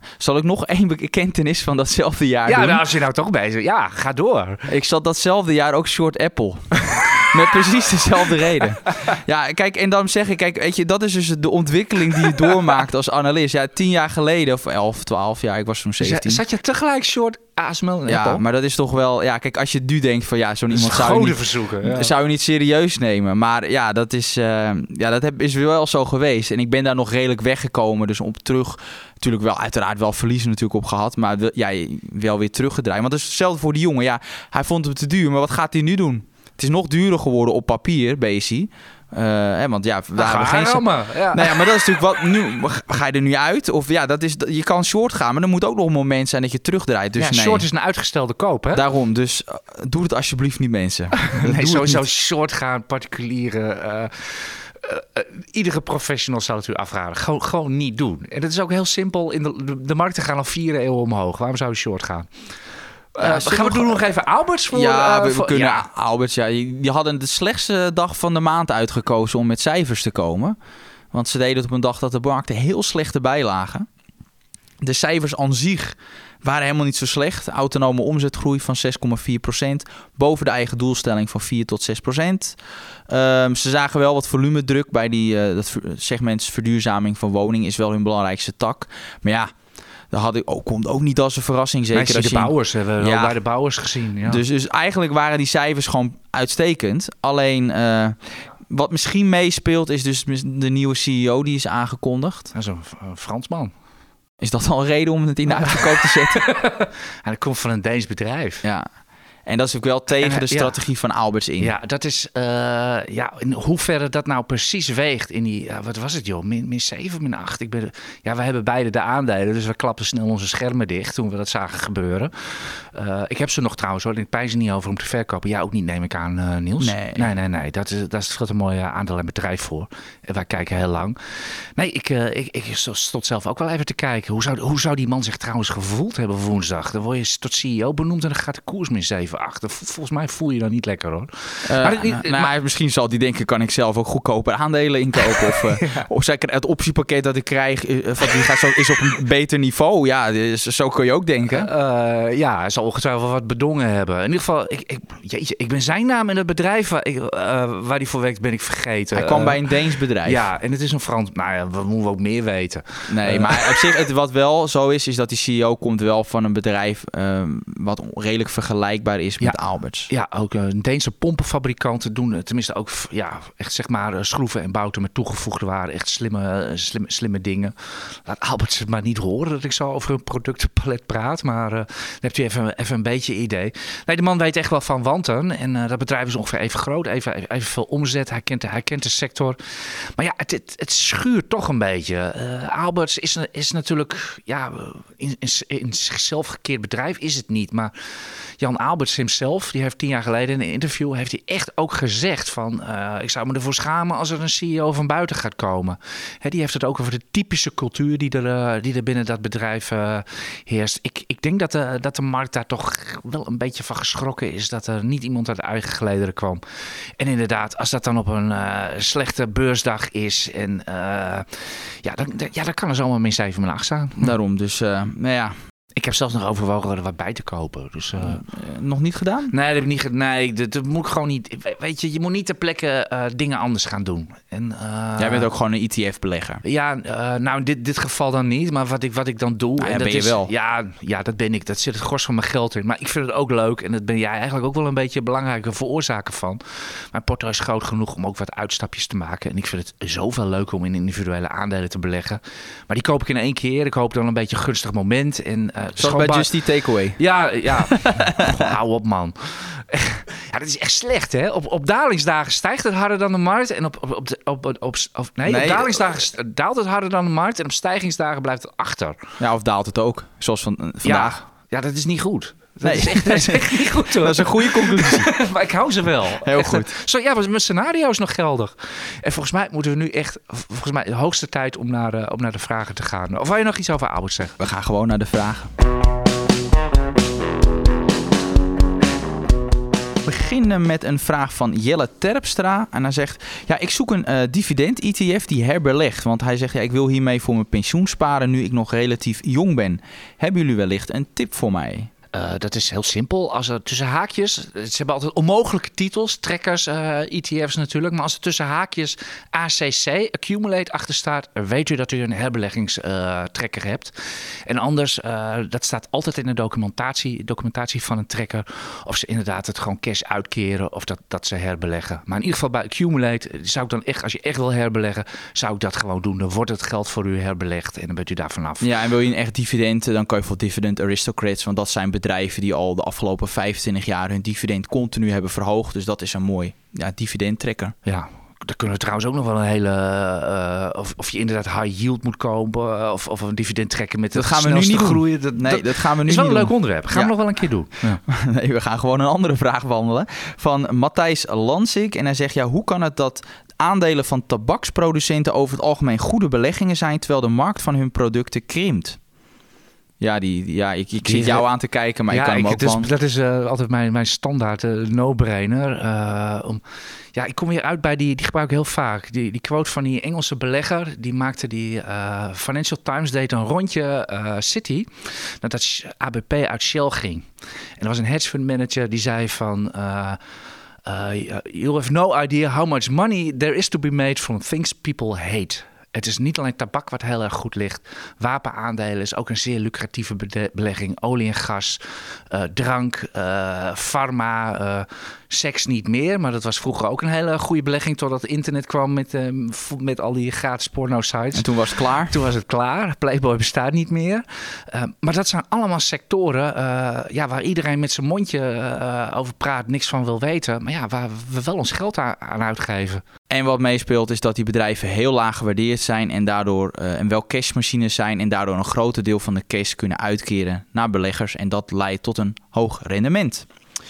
nog één bekentenis van datzelfde jaar Ja, doen. nou, als je nou toch bezig... Ja, ga door. Ik zat datzelfde jaar ook short Apple. Met precies dezelfde reden. Ja, kijk, en dan zeg ik, kijk, weet je, dat is dus de ontwikkeling die je doormaakt als analist. Ja, tien jaar geleden, of elf, twaalf jaar, ik was toen zeventien. Zat je tegelijk short A S M L en Ja, Apple? maar dat is toch wel... Ja, kijk, als je nu denkt van ja, zo'n Dat is iemand zou je, niet, verzoeken. Ja. zou je niet serieus nemen. Maar ja, dat is, uh, ja, dat heb, is wel zo geweest. En ik ben daar nog redelijk weggekomen. Dus op terug, natuurlijk wel uiteraard wel verliezen natuurlijk op gehad. Maar ja, wel weer teruggedraaid. Want het is hetzelfde voor die jongen. Ja, hij vond het te duur, maar wat gaat hij nu doen? Het is nog duurder geworden op papier, Bezi. Uh, hè, want ja, we hebben geen... Rammen, ja. Nou ja, maar dat is natuurlijk wat nu. Ga je er nu uit? Of ja, dat is, je kan short gaan, maar er moet ook nog een moment zijn dat je terugdraait. Dus ja, nee. short is een uitgestelde koop, hè? Daarom, dus uh, doe het alsjeblieft niet, mensen. nee, sowieso short gaan, particuliere. Uh, Uh, uh, iedere professional zou het u afraden. Gewoon, gewoon niet doen. En dat is ook heel simpel. In de, de, de markten gaan al vier eeuwen omhoog. Waarom zou je short gaan? Uh, ja, gaan we doen nog even Alberts voor? Ja, uh, we, we voor, kunnen ja. Alberts. Ja, die, die hadden de slechtste dag van de maand uitgekozen om met cijfers te komen. Want ze deden het op een dag dat de markten heel slecht erbij lagen. De cijfers aan zich waren helemaal niet zo slecht. Autonome omzetgroei van zes komma vier procent. Boven de eigen doelstelling van vier tot zes procent. Um, ze zagen wel wat volumedruk bij die, uh, dat segment verduurzaming van woning. Is wel hun belangrijkste tak. Maar ja, dat had ik ook, komt ook niet als een verrassing. Zeker nee, als de je... bouwers hebben we ja. wel bij de bouwers gezien. Ja. Dus, dus eigenlijk waren die cijfers gewoon uitstekend. Alleen uh, wat misschien meespeelt is dus de nieuwe C E O die is aangekondigd. Dat is een Fransman. Is dat al een reden om het in de uitverkoop te zetten? En dat komt van een Deens bedrijf. Ja. En dat is ook wel tegen en, de strategie ja. van Alberts in. Ja, dat is... Uh, ja, in hoeverre dat nou precies weegt in die... Uh, wat was het, joh? Min, min zeven, min acht. Ik ben, ja, we hebben beide de aandelen. Dus we klapten snel onze schermen dicht toen we dat zagen gebeuren. Uh, ik heb ze nog trouwens, hoor. Ik pijn ze niet over om te verkopen. Ja, ook niet, neem ik aan, uh, Niels. Nee. Nee, nee, nee. Dat is, dat is veel te mooi uh, aandeel en bedrijf voor. En wij kijken heel lang. Nee, ik, uh, ik, ik stond zelf ook wel even te kijken. Hoe zou, hoe zou die man zich trouwens gevoeld hebben woensdag? Dan word je tot C E O benoemd en dan gaat de koers min zeven achter. Volgens mij voel je dan niet lekker, hoor. Uh, maar, nou, nou, maar misschien zal die denken, kan ik zelf ook goedkoper aandelen inkopen? Of, uh, ja. of zeker het optiepakket dat ik krijg, uh, van die gaat zo, is op een beter niveau. Ja, dus, zo kun je ook denken. Uh, ja, hij zal ongetwijfeld wat bedongen hebben. In ieder geval, ik, ik, jeetje, ik ben zijn naam in het bedrijf waar, ik, uh, waar hij voor werkt, ben ik vergeten. Hij kwam uh, bij een Deens bedrijf. Ja, en het is een Frans... Nou ja, we moeten ook meer weten. Nee, uh, maar op zich, het, wat wel zo is, is dat die C E O komt wel van een bedrijf uh, wat redelijk vergelijkbaar is met ja. Alberts. Ja, ook uh, Deense pompenfabrikanten doen tenminste ook ja, echt zeg maar uh, schroeven en bouten met toegevoegde waarde. Echt slimme, uh, slimme, slimme dingen. Laat Alberts het maar niet horen dat ik zo over hun productenpalet praat. Maar uh, dan hebt u even, even een beetje idee. Nee, de man weet echt wel van wanten. En uh, dat bedrijf is ongeveer even groot. Even, even, even veel omzet. Hij kent, de, hij kent de sector. Maar ja, het, het, het schuurt toch een beetje. Uh, Alberts is, is natuurlijk ja, in, in, in zichzelf gekeerd bedrijf is het niet. Maar Jan Alberts hemzelf, die heeft tien jaar geleden in een interview heeft hij echt ook gezegd van uh, ik zou me ervoor schamen als er een C E O van buiten gaat komen. He, die heeft het ook over de typische cultuur die er, uh, die er binnen dat bedrijf uh, heerst. Ik, ik denk dat de, dat de markt daar toch wel een beetje van geschrokken is dat er niet iemand uit de eigen gelederen kwam. En inderdaad, als dat dan op een uh, slechte beursdag is en uh, ja, dan, ja, dan kan er zomaar min zeven, min acht staan. Daarom, dus uh, nou ja. Ik heb zelfs nog overwogen er wat bij te kopen. Dus, uh... Uh, nog niet gedaan? Nee, dat heb ik niet gedaan. Nee, dat, dat moet ik gewoon niet. Weet je, je moet niet ter plekke uh, dingen anders gaan doen. En, uh... Jij bent ook gewoon een E T F-belegger. Ja, uh, nou in dit, dit geval dan niet. Maar wat ik, wat ik dan doe... Nou, ja, en dat ben je is, wel. Ja, ja, dat ben ik. Dat zit het gros van mijn geld in. Maar ik vind het ook leuk. En dat ben jij eigenlijk ook wel een beetje een belangrijke veroorzaker van. Mijn porto is groot genoeg om ook wat uitstapjes te maken. En ik vind het zoveel leuker om in individuele aandelen te beleggen. Maar die koop ik in één keer. Ik hoop dan een beetje een gunstig moment. En, uh, Zoals bij Just Eat Takeaway. Ja, ja. Goh, hou op, man. Ja, dat is echt slecht, hè? Op, op dalingsdagen stijgt het harder dan de markt. En op, op, op, op, op, op, op nee, nee, op dalingsdagen daalt het harder dan de markt. En op stijgingsdagen blijft het achter. Ja, of daalt het ook. Zoals van, uh, vandaag. Ja, ja, dat is niet goed. Dat, nee. is echt, dat is echt niet goed, hoor. Dat is een goede conclusie. Maar ik hou ze wel. Heel goed. Zo, ja, mijn scenario is nog geldig. En volgens mij moeten we nu echt... Volgens mij de hoogste tijd om naar, uh, om naar de vragen te gaan. Of wil je nog iets over Alberts zeggen? We gaan gewoon naar de vragen. beginnen met een vraag van Jelle Terpstra. En hij zegt, ja, ik zoek een uh, dividend-E T F die herbelegt. Want hij zegt, ja, ik wil hiermee voor mijn pensioen sparen nu ik nog relatief jong ben. Hebben jullie wellicht een tip voor mij? Uh, dat is heel simpel. Als er tussen haakjes, ze hebben altijd onmogelijke titels, trekkers, uh, E T F's natuurlijk. Maar als er tussen haakjes A C C, Accumulate, achter staat, weet u dat u een herbeleggingstrekker uh, hebt. En anders, uh, dat staat altijd in de documentatie, documentatie van een trekker. Of ze inderdaad het gewoon cash uitkeren of dat, dat ze herbeleggen. Maar in ieder geval bij Accumulate zou ik dan echt, als je echt wil herbeleggen, zou ik dat gewoon doen. Dan wordt het geld voor u herbelegd en dan bent u daar vanaf. Ja, en wil je een echt dividend, dan kan je voor Dividend Aristocrats, want dat zijn bedrijven die al de afgelopen vijfentwintig jaar hun dividend continu hebben verhoogd. Dus dat is een mooi ja, dividendtrekker. Ja, daar kunnen we trouwens ook nog wel een hele... Uh, of, of je inderdaad high yield moet kopen of, of een dividend trekken met dat gaan we nu niet groeien. Dat, nee, dat, dat gaan we nu is wel niet een doen. leuk onderwerp. Gaan ja. we nog wel een keer doen. Ja. Nee, we gaan gewoon een andere vraag behandelen. Van Matthijs Lansik. En hij zegt, ja, hoe kan het dat aandelen van tabaksproducenten over het algemeen goede beleggingen zijn, terwijl de markt van hun producten krimpt? Ja, die, ja ik, ik zit jou aan te kijken, maar ja, ik kan hem ik, ook dus, wel... Dat is uh, altijd mijn, mijn standaard uh, no-brainer. Uh, om, ja, ik kom weer uit bij die, die gebruik ik heel vaak. Die, die quote van die Engelse belegger, die maakte die uh, Financial Times deed een rondje uh, City, nadat A B P uit Shell ging. En er was een hedge fund manager die zei van... Uh, uh, you have no idea how much money there is to be made from things people hate. Het is niet alleen tabak wat heel erg goed ligt. Wapenaandelen is ook een zeer lucratieve belegging. Olie en gas, uh, drank, uh, pharma, uh, seks niet meer. Maar dat was vroeger ook een hele goede belegging totdat het internet kwam met, uh, met al die gratis porno-sites. En toen was het klaar? Toen was het klaar. Playboy bestaat niet meer. Uh, maar dat zijn allemaal sectoren uh, ja, waar iedereen met zijn mondje uh, over praat, niks van wil weten. Maar ja, waar we wel ons geld aan, aan uitgeven. En wat meespeelt is dat die bedrijven heel laag gewaardeerd zijn en daardoor uh, en wel cashmachines zijn en daardoor een groot deel van de cash kunnen uitkeren naar beleggers. En dat leidt tot een hoog rendement.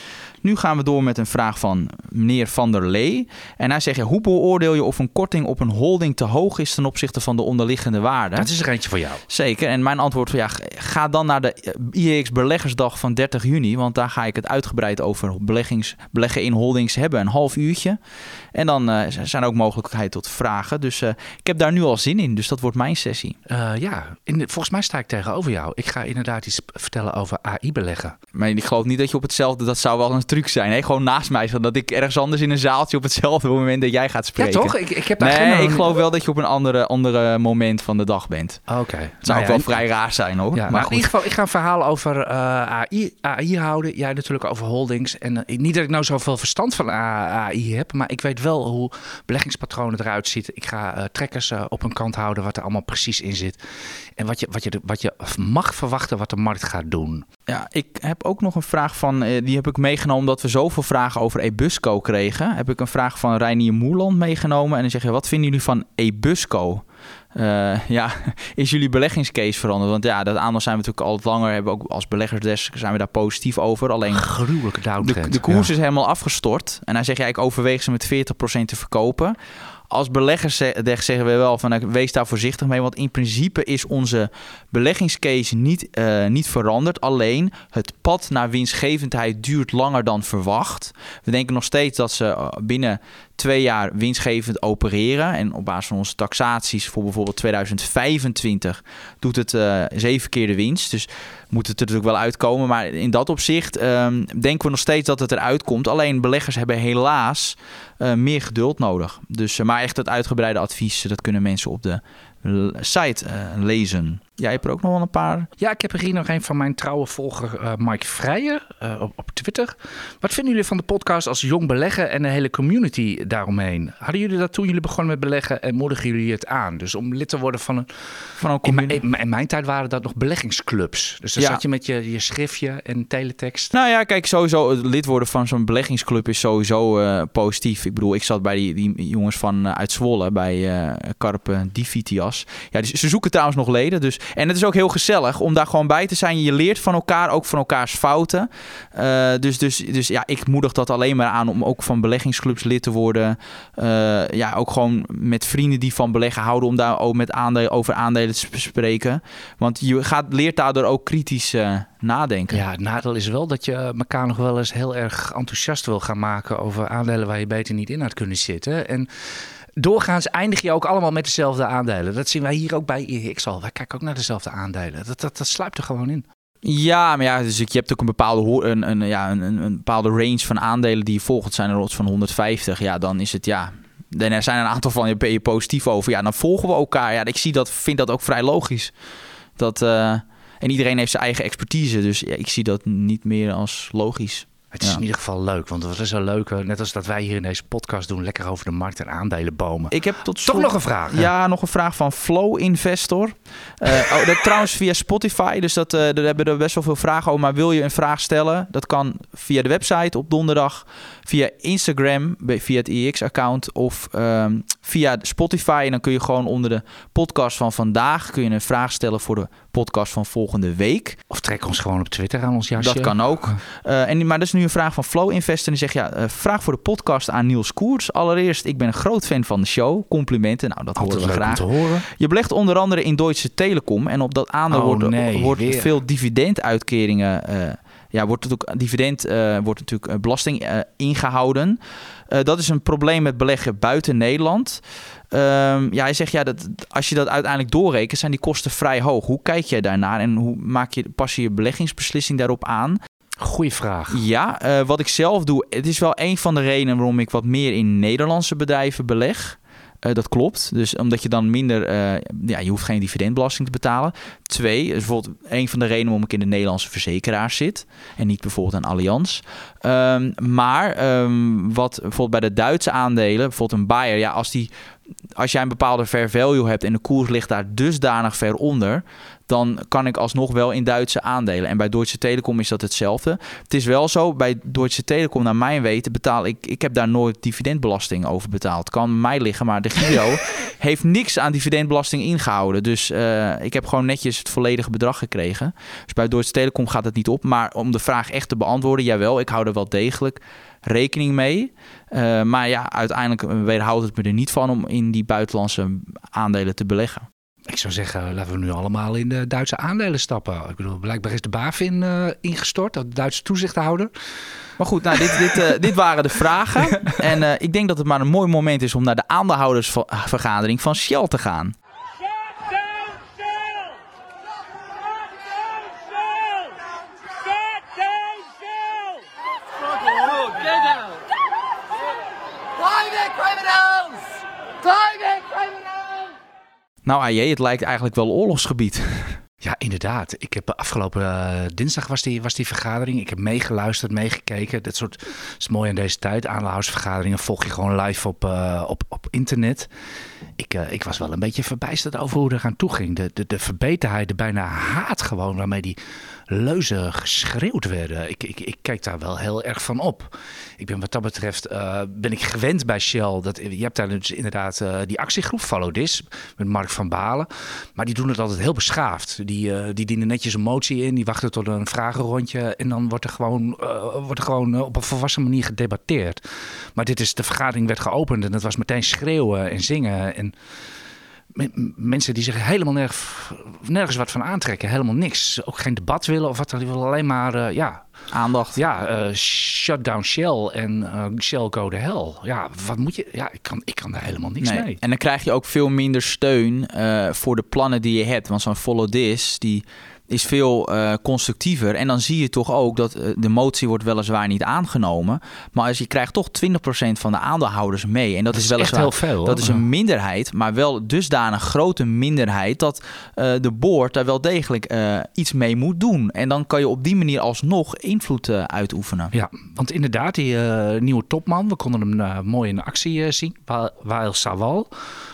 Nu gaan we door met een vraag van meneer Van der Lee. En hij zegt, ja, hoe beoordeel je of een korting op een holding te hoog is ten opzichte van de onderliggende waarde? Dat is er eentje voor jou. Zeker. En mijn antwoord van ja, ga dan naar de I E X beleggersdag van dertig juni. Want daar ga ik het uitgebreid over beleggings, beleggen in holdings hebben. Een half uurtje. En dan uh, zijn er ook mogelijkheden tot vragen. Dus uh, ik heb daar nu al zin in. Dus dat wordt mijn sessie. Uh, ja, in de, volgens mij sta ik tegenover jou. Ik ga inderdaad iets vertellen over A I beleggen. Maar ik geloof niet dat je op hetzelfde... Dat zou wel een truc zijn. Hè? Gewoon naast mij. Zodat ik ergens anders in een zaaltje op hetzelfde moment dat jij gaat spreken. Ja, toch? Ik, ik heb daar nee, geen... ik geloof wel dat je op een andere, andere moment van de dag bent. Oké. Okay. Het zou nou, ook ja, wel vrij raar zijn, hoor. Ja, maar maar goed. In ieder geval, ik ga een verhaal over uh, A I, A I houden. Jij natuurlijk over holdings. En uh, niet dat ik nou zoveel verstand van A I heb, maar ik weet wel hoe beleggingspatronen eruit zien. Ik ga uh, trekkers uh, op een kant houden wat er allemaal precies in zit. En wat je, wat je, wat je mag verwachten wat de markt gaat doen. Ja, ik heb ook nog een vraag van, uh, die heb ik meegenomen omdat we zoveel vragen over Ebusco kregen. Heb ik een vraag van Reinier Moerland meegenomen. En dan zeg je, wat vinden jullie van Ebusco? Uh, ja, is jullie beleggingscase veranderd? Want ja, dat aandeel zijn we natuurlijk al langer, hebben ook als beleggersdesk zijn we daar positief over. Alleen gruwelijke downtrend. De, de koers ja. is helemaal afgestort. En hij zegt, ja, ik overweeg ze met veertig procent te verkopen. Als beleggersdesk zeggen we wel van, wees daar voorzichtig mee. Want in principe is onze beleggingscase niet, uh, niet veranderd. Alleen het pad naar winstgevendheid duurt langer dan verwacht. We denken nog steeds dat ze binnen twee jaar winstgevend opereren. En op basis van onze taxaties voor bijvoorbeeld tweeduizend vijfentwintig doet het uh, zeven keer de winst. Dus moet het er natuurlijk wel uitkomen. Maar in dat opzicht um, denken we nog steeds dat het eruit komt. Alleen beleggers hebben helaas uh, meer geduld nodig. Dus, uh, maar echt het uitgebreide advies, dat kunnen mensen op de site uh, lezen. Jij hebt er ook nog wel een paar. Ja, ik heb er hier nog een van mijn trouwe volger uh, Mike Vrijer uh, op, op Twitter. Wat vinden jullie van de podcast als jong beleggen en de hele community daaromheen? Hadden jullie dat toen jullie begonnen met beleggen en moedigen jullie het aan? Dus om lid te worden van een... Van een community. In, in, in mijn tijd waren dat nog beleggingsclubs. Dus dan ja. zat je met je, je schriftje en teletext. Nou ja, kijk, sowieso het lid worden van zo'n beleggingsclub is sowieso uh, positief. Ik bedoel, ik zat bij die, die jongens van uh, uit Zwolle, bij uh, Carpe Divitias. was. Ja, dus ze zoeken trouwens nog leden. Dus, en het is ook heel gezellig om daar gewoon bij te zijn. Je leert van elkaar, ook van elkaars fouten. Uh, dus, dus, dus ja, ik moedig dat alleen maar aan om ook van beleggingsclubs lid te worden. Uh, ja, ook gewoon met vrienden die van beleggen houden om daar ook met aandelen, over aandelen te spreken. Want je gaat, leert daardoor ook kritisch uh, nadenken. Ja, het nadeel is wel dat je elkaar nog wel eens heel erg enthousiast wil gaan maken over aandelen waar je beter niet in had kunnen zitten. En doorgaans eindig je ook allemaal met dezelfde aandelen. Dat zien wij hier ook bij I E X al. Wij kijken ook naar dezelfde aandelen. Dat, dat, dat sluipt er gewoon in. Ja, maar ja, dus je hebt ook een bepaalde, een, een, ja, een, een bepaalde range van aandelen die je volgt. Het zijn er rots van honderdvijftig. Ja, dan is het ja. En er zijn een aantal van je ben je positief over. Ja, dan volgen we elkaar. Ja, ik zie dat, vind dat ook vrij logisch. Dat, uh, en iedereen heeft zijn eigen expertise. Dus ja, ik zie dat niet meer als logisch. Het is ja. in ieder geval leuk, want wat is zo leuk, net als dat wij hier in deze podcast doen, lekker over de markt en aandelen bomen. Ik heb tot slot... Toch nog een vraag? Hè? Ja, nog een vraag van Flow Investor. Uh, oh, dat trouwens via Spotify, dus dat, uh, daar hebben we best wel veel vragen over. Maar wil je een vraag stellen, dat kan via de website op donderdag, via Instagram, via het I E X-account of um, via Spotify. En dan kun je gewoon onder de podcast van vandaag kun je een vraag stellen voor de podcast van volgende week. Of trek ons gewoon op Twitter aan ons jasje. Dat kan ook. Uh, en, maar dat is nu een vraag van Flow Investor. En die zegt, ja, uh, vraag voor de podcast aan Niels Koers. Allereerst, ik ben een groot fan van de show. Complimenten, nou dat Altijd horen we graag. Te horen. Je belegt onder andere in Deutsche Telekom. En op dat aandeel oh, wordt, nee, wordt veel dividenduitkeringen... Uh, ja, wordt het ook dividend uh, wordt natuurlijk belasting uh, ingehouden. Uh, dat is een probleem met beleggen buiten Nederland. Um, ja, hij zegt ja, dat als je dat uiteindelijk doorrekent, zijn die kosten vrij hoog. Hoe kijk jij daarnaar en hoe maak je, pas je je beleggingsbeslissing daarop aan? Goeie vraag. Ja, uh, wat ik zelf doe, het is wel een van de redenen waarom ik wat meer in Nederlandse bedrijven beleg. Uh, dat klopt. Dus omdat je dan minder... Uh, ja, je hoeft geen dividendbelasting te betalen. Twee, is bijvoorbeeld een van de redenen waarom ik in de Nederlandse verzekeraar zit. En niet bijvoorbeeld aan Allianz. Um, maar um, wat bijvoorbeeld bij de Duitse aandelen, bijvoorbeeld een Bayer, ja, als die... Als jij een bepaalde fair value hebt en de koers ligt daar dusdanig ver onder, dan kan ik alsnog wel in Duitse aandelen. En bij Deutsche Telekom is dat hetzelfde. Het is wel zo, bij Deutsche Telekom, naar mijn weten, betaal ik... Ik heb daar nooit dividendbelasting over betaald. Het kan bij mij liggen, maar de Giro heeft niks aan dividendbelasting ingehouden. Dus uh, ik heb gewoon netjes het volledige bedrag gekregen. Dus bij Deutsche Telekom gaat het niet op. Maar om de vraag echt te beantwoorden, jawel, ik hou er wel degelijk rekening mee. Uh, maar ja, uiteindelijk weerhoudt het me er niet van om in die buitenlandse aandelen te beleggen. Ik zou zeggen, laten we nu allemaal in de Duitse aandelen stappen. Ik bedoel, blijkbaar is de BaFin uh, ingestort, de Duitse toezichthouder. Maar goed, nou, dit, dit, uh, dit waren de vragen. En uh, ik denk dat het maar een mooi moment is om naar de aandeelhoudersvergadering van Shell te gaan. Nou A J, het lijkt eigenlijk wel oorlogsgebied. Ja, inderdaad. Ik heb afgelopen uh, dinsdag was die, was die vergadering. Ik heb meegeluisterd, meegekeken. Dat soort is mooi aan deze tijd. Aandeelhoudersvergaderingen volg je gewoon live op, uh, op, op internet. Ik, uh, ik was wel een beetje verbijsterd over hoe er aan toe ging. De, de, de verbeterheid, de bijna haat gewoon waarmee die leuzen geschreeuwd werden. Ik, ik, ik kijk daar wel heel erg van op. Ik ben wat dat betreft, uh, ben ik gewend bij Shell. Dat, je hebt daar dus inderdaad uh, die actiegroep Follow This met Mark van Balen. Maar die doen het altijd heel beschaafd. Die, uh, die dienen netjes een motie in. Die wachten tot een vragenrondje. En dan wordt er gewoon, uh, wordt er gewoon uh, op een volwassen manier gedebatteerd. Maar dit is, de vergadering werd geopend en het was meteen schreeuwen en zingen. En mensen die zich helemaal nergens, nergens wat van aantrekken. Helemaal niks. Ook geen debat willen of wat dan. Die willen alleen maar, uh, ja... aandacht. Ja, uh, shut down Shell en uh, Shell go to hell. Ja, wat moet je... Ja, ik kan, ik kan daar helemaal niks nee. mee. En dan krijg je ook veel minder steun uh, voor de plannen die je hebt. Want zo'n Follow This, die is veel uh, constructiever. En dan zie je toch ook dat uh, de motie wordt weliswaar niet aangenomen. Maar als je krijgt toch twintig procent van de aandeelhouders mee. En dat, dat is weliswaar heel veel. Dat is een minderheid, maar wel dusdanig grote minderheid dat uh, de board daar wel degelijk uh, iets mee moet doen. En dan kan je op die manier alsnog invloed uh, uitoefenen. Ja, want inderdaad, die uh, nieuwe topman, we konden hem uh, mooi in actie uh, zien. Wael Sawal.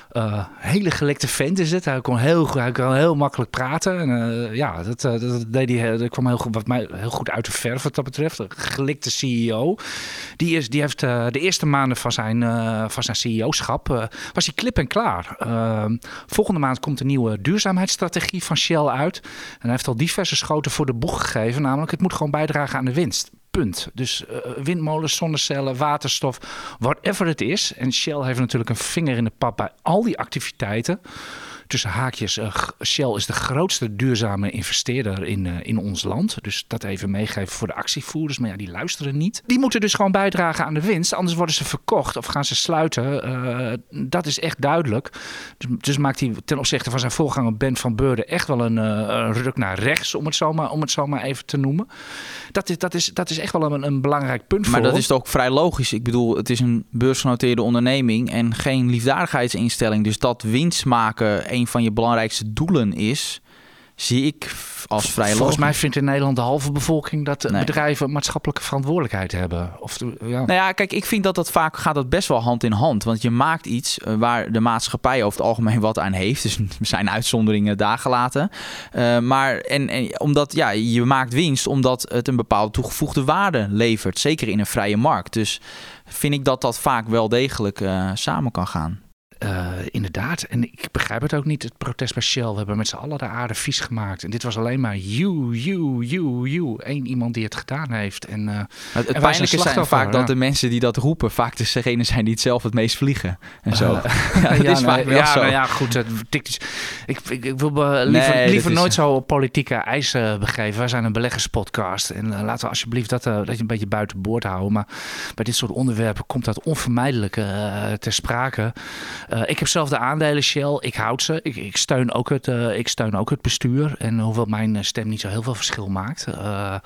Uh, hele gelikte vent is het. Hij kon heel, goed, hij kon heel makkelijk praten. En, uh, ja, dat, uh, dat, deed hij, dat kwam heel goed, wat mij heel goed uit de verf wat dat betreft. Een gelikte C E O. Die, is, die heeft uh, de eerste maanden van zijn, uh, van zijn C E O-schap... Uh, was hij klip en klaar. Uh, volgende maand komt een nieuwe duurzaamheidsstrategie van Shell uit. En hij heeft al diverse schoten voor de boeg gegeven. Namelijk, het moet gewoon bijdragen aan de winst. Punt. Dus uh, windmolens, zonnecellen, waterstof, whatever het is. En Shell heeft natuurlijk een vinger in de pap bij al die activiteiten. Tussen haakjes, uh, Shell is de grootste duurzame investeerder in, uh, in ons land. Dus dat even meegeven voor de actievoerders. Maar ja, die luisteren niet. Die moeten dus gewoon bijdragen aan de winst. Anders worden ze verkocht of gaan ze sluiten. Uh, dat is echt duidelijk. Dus, dus maakt hij ten opzichte van zijn voorganger Ben van Beurden echt wel een, uh, een ruk naar rechts, om het zo maar, om het zo maar even te noemen. Dat is, dat is, dat is echt wel een, een belangrijk punt maar voor. Maar dat is toch ook vrij logisch. Ik bedoel, het is een beursgenoteerde onderneming en geen liefdadigheidsinstelling. Dus dat winst maken een van je belangrijkste doelen is, zie ik als vrij logisch. Volgens mij vindt in Nederland de halve bevolking dat nee. bedrijven maatschappelijke verantwoordelijkheid hebben. Of, ja. Nou ja, kijk, ik vind dat dat vaak gaat dat best wel hand in hand. Want je maakt iets waar de maatschappij over het algemeen wat aan heeft. Dus er zijn uitzonderingen daar gelaten. Uh, maar en, en omdat ja, je maakt winst omdat het een bepaalde toegevoegde waarde levert. Zeker in een vrije markt. Dus vind ik dat dat vaak wel degelijk uh, samen kan gaan. Uh, inderdaad. En ik begrijp het ook niet, het protest bij Shell. We hebben met z'n allen de aarde vies gemaakt. En dit was alleen maar you, you, you, you. Eén iemand die het gedaan heeft. En, uh, het het pijnlijke zijn vaak ja. dat de mensen die dat roepen vaak degene zijn die het zelf het meest vliegen. En zo. Uh, ja, dat ja, is nee, vaak wel ja, zo. Nou ja, goed. Het, ik, ik, ik wil me liever, nee, liever nooit is... zo op politieke eisen begeven. Wij zijn een beleggerspodcast. En uh, laten we alsjeblieft dat, uh, dat je een beetje buiten boord houden. Maar bij dit soort onderwerpen komt dat onvermijdelijk uh, ter sprake. Uh, ik heb zelf de aandelen Shell, ik houd ze. Ik, ik, steun ook het, uh, ik steun ook het bestuur. En hoewel mijn stem niet zo heel veel verschil maakt. Uh,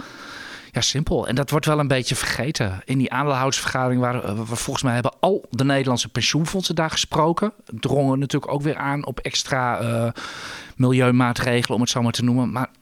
ja, simpel. En dat wordt wel een beetje vergeten. In die aandeelhoudersvergadering waar uh, we volgens mij hebben al de Nederlandse pensioenfondsen daar gesproken. Drongen natuurlijk ook weer aan op extra uh, milieumaatregelen, om het zo maar te noemen. Maar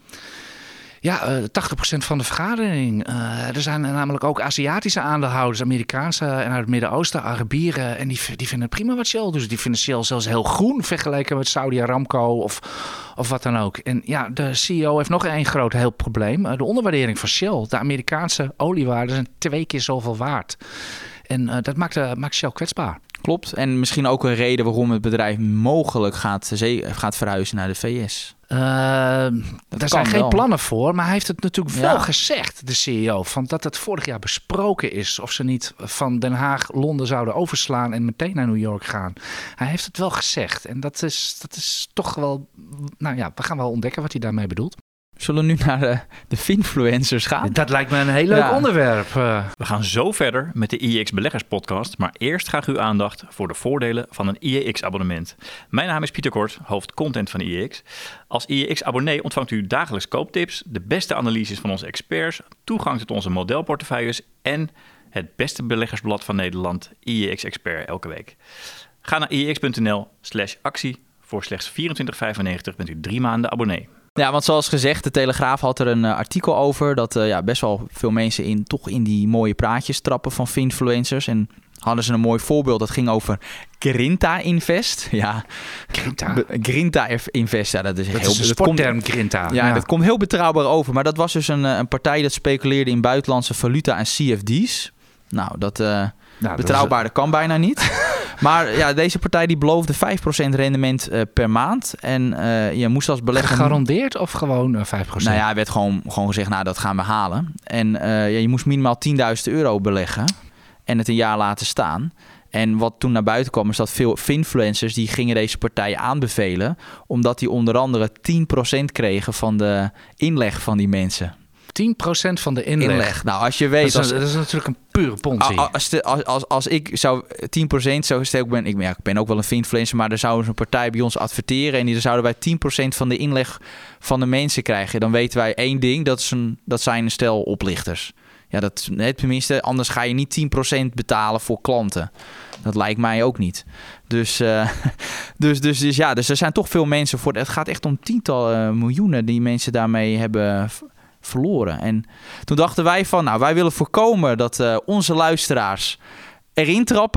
ja, uh, tachtig procent van de vergadering. Uh, er zijn namelijk ook Aziatische aandeelhouders, Amerikaanse en uit het Midden-Oosten, Arabieren. En die, die vinden het prima wat Shell doet. Die vinden Shell zelfs heel groen vergeleken met Saudi Aramco of, of wat dan ook. En ja, de C E O heeft nog één groot heel probleem. Uh, de onderwaardering van Shell. De Amerikaanse oliewaarden zijn twee keer zoveel waard. En uh, dat maakt, uh, maakt Shell kwetsbaar. Klopt. En misschien ook een reden waarom het bedrijf mogelijk gaat, gaat verhuizen naar de V S. Uh, daar zijn geen wel. plannen voor, maar hij heeft het natuurlijk wel ja. gezegd, de C E O, van dat het vorig jaar besproken is of ze niet van Den Haag Londen zouden overslaan en meteen naar New York gaan. Hij heeft het wel gezegd en dat is, dat is toch wel, nou ja, we gaan wel ontdekken wat hij daarmee bedoelt. Zullen we nu naar de, de finfluencers gaan? Dat lijkt me een heel leuk ja. onderwerp. Uh. We gaan zo verder met de I E X Beleggers podcast, maar eerst graag uw aandacht voor de voordelen van een I E X abonnement. Mijn naam is Pieter Kort, hoofd content van I E X. Als I E X abonnee ontvangt u dagelijks kooptips, de beste analyses van onze experts, toegang tot onze modelportefeuilles en het beste beleggersblad van Nederland, I E X Expert, elke week. Ga naar iex.nl slash actie. Voor slechts vierentwintig vijfennegentig bent u drie maanden abonnee. Ja, want zoals gezegd, de Telegraaf had er een uh, artikel over dat uh, ja, best wel veel mensen in, toch in die mooie praatjes trappen van finfluencers. En hadden ze een mooi voorbeeld, dat ging over Grinta Invest. Ja, Grinta? Be- Grinta Invest, ja, dat is dat heel... is een sportterm, Grinta. Ja, ja, dat komt heel betrouwbaar over. Maar dat was dus een, een partij dat speculeerde in buitenlandse valuta en C F D's. Nou, dat... Uh, Nou, betrouwbaar, dat, is... dat kan bijna niet. Maar ja, deze partij die beloofde vijf procent rendement uh, per maand. En uh, je moest als belegger... Gegarandeerd of gewoon uh, vijf procent? Nou ja, er werd gewoon, gewoon gezegd, nou dat gaan we halen. En uh, ja, je moest minimaal tienduizend euro beleggen. En het een jaar laten staan. En wat toen naar buiten kwam is dat veel finfluencers die gingen deze partij aanbevelen. Omdat die onder andere tien procent kregen van de inleg van die mensen. tien procent van de inleg. inleg. Nou, als je weet... Dat is, als, dat is natuurlijk een pure ponzi. Als, als, als, als ik zou tien procent zou stel ik ben, ik, ja, ik ben ook wel een finfluencer, maar er zou een partij bij ons adverteren en die zouden wij tien procent van de inleg van de mensen krijgen. Dan weten wij één ding, dat, is een, dat zijn een stel oplichters. Ja, dat net tenminste, anders ga je niet tien procent betalen voor klanten. Dat lijkt mij ook niet. Dus, uh, dus, dus, dus ja, dus er zijn toch veel mensen voor. Het gaat echt om tientallen uh, miljoenen die mensen daarmee hebben v- verloren. En toen dachten wij van, nou, wij willen voorkomen dat uh, onze luisteraars erin trappen.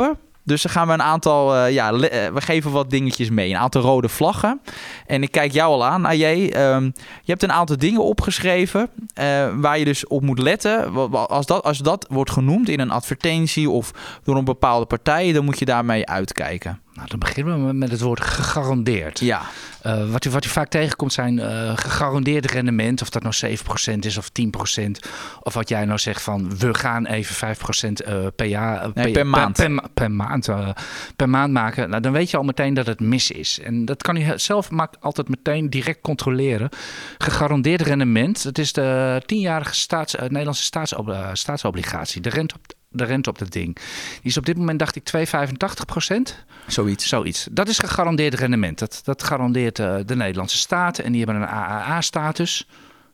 Dus dan gaan we een aantal, uh, ja, le- uh, we geven wat dingetjes mee. Een aantal rode vlaggen. En ik kijk jou al aan, A J. Um, je hebt een aantal dingen opgeschreven uh, waar je dus op moet letten. Als dat, als dat wordt genoemd in een advertentie of door een bepaalde partij, dan moet je daarmee uitkijken. Nou, dan beginnen we met het woord gegarandeerd. Ja. Uh, wat, u, wat u vaak tegenkomt zijn uh, gegarandeerde rendement. Of dat nou zeven procent is of tien procent. Of wat jij nou zegt van we gaan even vijf procent uh, per jaar. Uh, nee, per, per maand. Per, per, per maand, uh, per maand maken. Nou, dan weet je al meteen dat het mis is. En dat kan u zelf maakt altijd meteen direct controleren. Gegarandeerd rendement. Dat is de tienjarige staats, uh, Nederlandse staatsob, uh, staatsobligatie. De rente op de rente op dat ding. Die is op dit moment, dacht ik, twee komma vijfentachtig procent. Zoiets. Zoiets. Dat is gegarandeerd rendement. Dat, dat garandeert uh, de Nederlandse staat. En die hebben een A A A-status.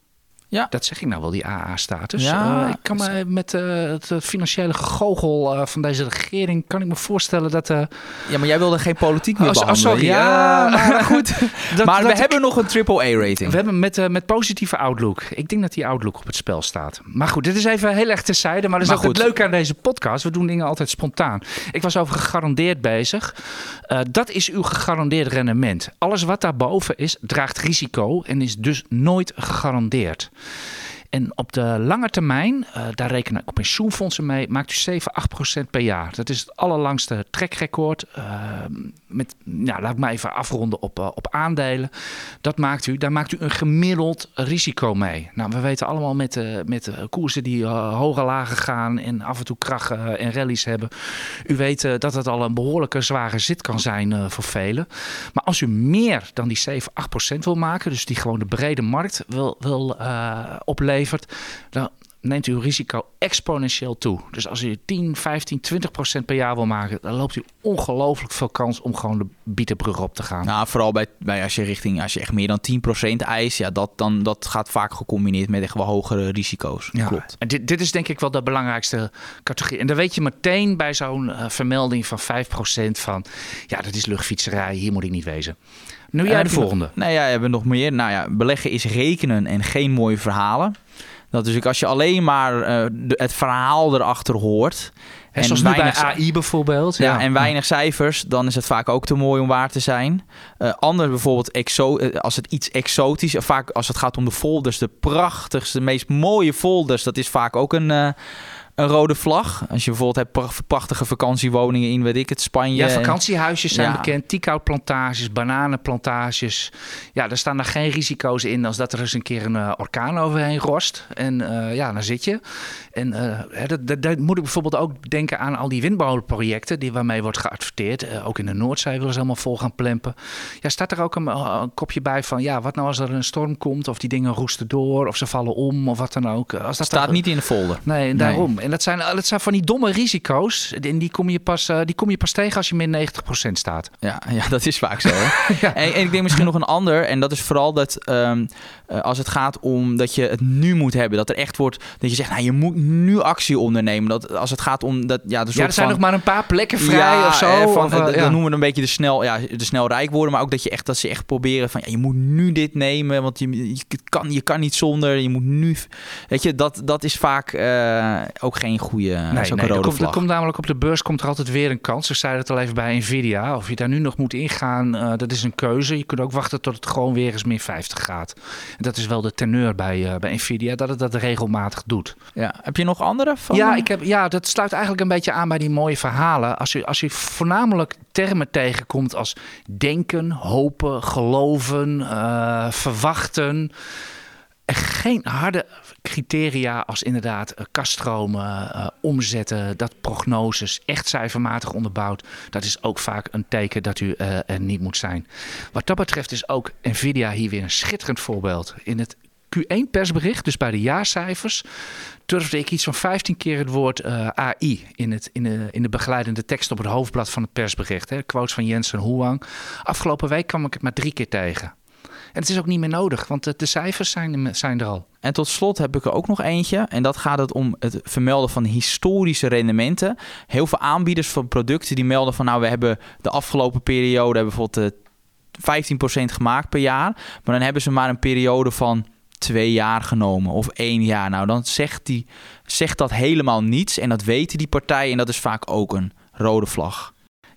Ja. Dat zeg ik nou wel, die A A A-status. Ja. Uh, ik kan me met uh, het financiële gegoochel uh, van deze regering, kan ik me voorstellen dat... Uh... Ja, maar jij wilde geen politiek meer oh, behandelen. Oh, sorry. Ja, uh, maar goed. dat, maar dat we hebben nog een triple A-rating. We hebben met, uh, met positieve outlook. Ik denk dat die outlook op het spel staat. Maar goed, dit is even heel erg terzijde. Maar dat is maar ook goed. Het leuke aan deze podcast. We doen dingen altijd spontaan. Ik was over gegarandeerd bezig. Uh, dat is uw gegarandeerde rendement. Alles wat daarboven is, draagt risico en is dus nooit gegarandeerd. En op de lange termijn, uh, daar rekenen ook pensioenfondsen mee, maakt u zeven, acht procent per jaar. Dat is het allerlangste trackrecord. Uh, met, nou, laat ik maar even afronden op, uh, op aandelen. Dat maakt u, daar maakt u een gemiddeld risico mee. Nou, we weten allemaal met, uh, met uh, koersen die uh, hoger lager gaan en af en toe krachen uh, en rallies hebben. U weet uh, dat het al een behoorlijke zware zit kan zijn uh, voor velen. Maar als u meer dan die zeven, acht procent wil maken, dus die gewoon de brede markt wil, wil uh, opleveren, dan neemt uw risico exponentieel toe. Dus als u tien, vijftien, twintig procent per jaar wil maken, dan loopt u ongelooflijk veel kans om gewoon de bietenbrug op te gaan. Nou, vooral bij, bij als je richting, als je echt meer dan tien procent eist, ja, dat, dan, dat gaat vaak gecombineerd met echt wel hogere risico's. Ja, klopt. En dit, dit is denk ik wel de belangrijkste categorie. En dan weet je meteen bij zo'n uh, vermelding van vijf procent van, ja, dat is luchtfietserij, hier moet ik niet wezen. Nu jij uh, de volgende. Nog, nee, ja, we hebben nog meer. Nou ja, beleggen is rekenen en geen mooie verhalen. Dat is dus als je alleen maar uh, de, het verhaal erachter hoort. En zoals nu bij A I bijvoorbeeld. Ja, ja, en weinig cijfers, dan is het vaak ook te mooi om waar te zijn. Uh, Anders bijvoorbeeld, exo- als het iets exotisch, vaak als het gaat om de folders, de prachtigste, meest mooie folders, dat is vaak ook een... Uh, Een rode vlag. Als je bijvoorbeeld hebt prachtige vakantiewoningen in, weet ik het, Spanje. Ja, vakantiehuisjes zijn ja. bekend. Teakhoutplantages, bananenplantages. Ja, daar staan daar geen risico's in als dat er eens een keer een uh, orkaan overheen rost. En uh, ja, dan zit je. En uh, dat, dat, dat moet ik bijvoorbeeld ook denken aan al die windmolenprojecten die waarmee wordt geadverteerd. Uh, ook in de Noordzee willen ze helemaal vol gaan plempen. Ja, staat er ook een, een kopje bij van, ja, wat nou als er een storm komt of die dingen roesten door of ze vallen om of wat dan ook. Als dat staat toch... niet in de folder. Nee, daarom. Nee. En dat zijn, dat zijn van die domme risico's. En die kom je pas, uh, die kom je pas tegen als je min negentig procent staat. Ja, ja, dat is vaak zo. Hè? ja. en, en ik denk misschien nog een ander. En dat is vooral dat um, uh, als het gaat om dat je het nu moet hebben. Dat er echt wordt, dat je zegt, nou, je moet nu actie ondernemen. Dat als het gaat om dat, ja, de soort ja, er zijn van, nog maar een paar plekken vrij ja, of zo. Eh, van, of, uh, uh, dan ja. noemen we een beetje de snel, ja, de snel rijk worden. Maar ook dat je echt, dat ze echt proberen van, ja, je moet nu dit nemen, want je, je kan, je kan niet zonder. Je moet nu, weet je, dat, dat is vaak uh, ook geen goede. Nee, nee, nee er, komt, er komt namelijk op de beurs komt er altijd weer een kans. We zeiden het al even bij Nvidia. Of je daar nu nog moet ingaan, uh, dat is een keuze. Je kunt ook wachten tot het gewoon weer eens min vijftig gaat. En dat is wel de teneur bij, uh, bij Nvidia, dat het dat regelmatig doet. Ja. Heb je nog andere? Van... Ja, ik heb, ja, dat sluit eigenlijk een beetje aan bij die mooie verhalen. Als u, als u voornamelijk termen tegenkomt als denken, hopen, geloven, uh, verwachten. Geen harde criteria als inderdaad uh, kaststromen, uh, omzetten, dat prognoses echt cijfermatig onderbouwd. Dat is ook vaak een teken dat u uh, er niet moet zijn. Wat dat betreft is ook Nvidia hier weer een schitterend voorbeeld. In het Q één persbericht, dus bij de jaarcijfers, durfde ik iets van vijftien keer het woord uh, A I in, het, in, de, in de begeleidende tekst op het hoofdblad van het persbericht. Hè. Quotes van Jensen Huang. Afgelopen week kwam ik het maar drie keer tegen. En het is ook niet meer nodig, want de, de cijfers zijn, zijn er al. En tot slot heb ik er ook nog eentje. En dat gaat het om het vermelden van historische rendementen. Heel veel aanbieders van producten die melden van, nou, we hebben de afgelopen periode hebben bijvoorbeeld uh, vijftien procent gemaakt per jaar. Maar dan hebben ze maar een periode van twee jaar genomen of één jaar. Nou, dan zegt, die, zegt dat helemaal niets. En dat weten die partijen en dat is vaak ook een rode vlag.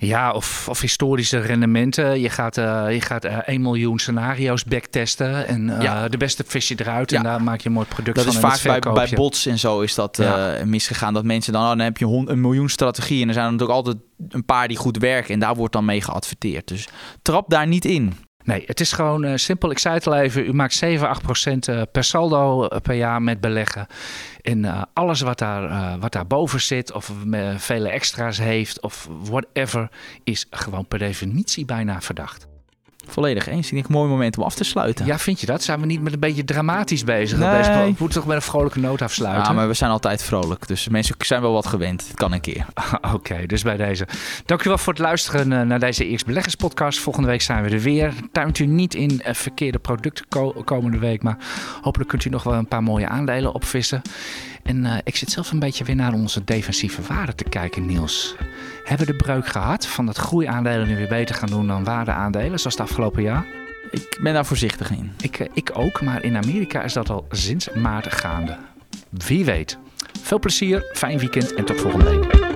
Ja, of, of historische rendementen. Je gaat, uh, je gaat uh, één miljoen scenario's backtesten. En uh, ja. de beste vis je eruit. Ja. En daar maak je een mooi product dat van. Dat is vaak bij, bij bots en zo is dat ja. uh, misgegaan. Dat mensen dan, oh, dan heb je hond, een miljoen strategieën. En er zijn er natuurlijk altijd een paar die goed werken. En daar wordt dan mee geadverteerd. Dus trap daar niet in. Nee, het is gewoon uh, simpel. Ik zei het al even. U maakt zeven, acht procent uh, per saldo uh, per jaar met beleggen. En uh, alles wat daar, uh, wat daar boven zit of uh, vele extra's heeft of whatever, is gewoon per definitie bijna verdacht. Volledig eens. Ik denk een mooi moment om af te sluiten. Ja, vind je dat? Zijn we niet met een beetje dramatisch bezig? Nee. Deze, we moeten toch met een vrolijke noot afsluiten? Ja, maar we zijn altijd vrolijk. Dus mensen zijn wel wat gewend. Het kan een keer. Oké, okay, dus bij deze. Dank u wel voor het luisteren uh, naar deze E X Beleggers podcast. Volgende week zijn we er weer. Tuint u niet in uh, verkeerde producten ko- komende week. Maar hopelijk kunt u nog wel een paar mooie aandelen opvissen. En uh, ik zit zelf een beetje weer naar onze defensieve waarden te kijken, Niels. Hebben we de breuk gehad van dat groeiaandelen nu weer beter gaan doen dan waardeaandelen, zoals het afgelopen jaar? Ik ben daar voorzichtig in. Ik, uh, ik ook, maar in Amerika is dat al sinds maart gaande. Wie weet. Veel plezier, fijn weekend en tot volgende week.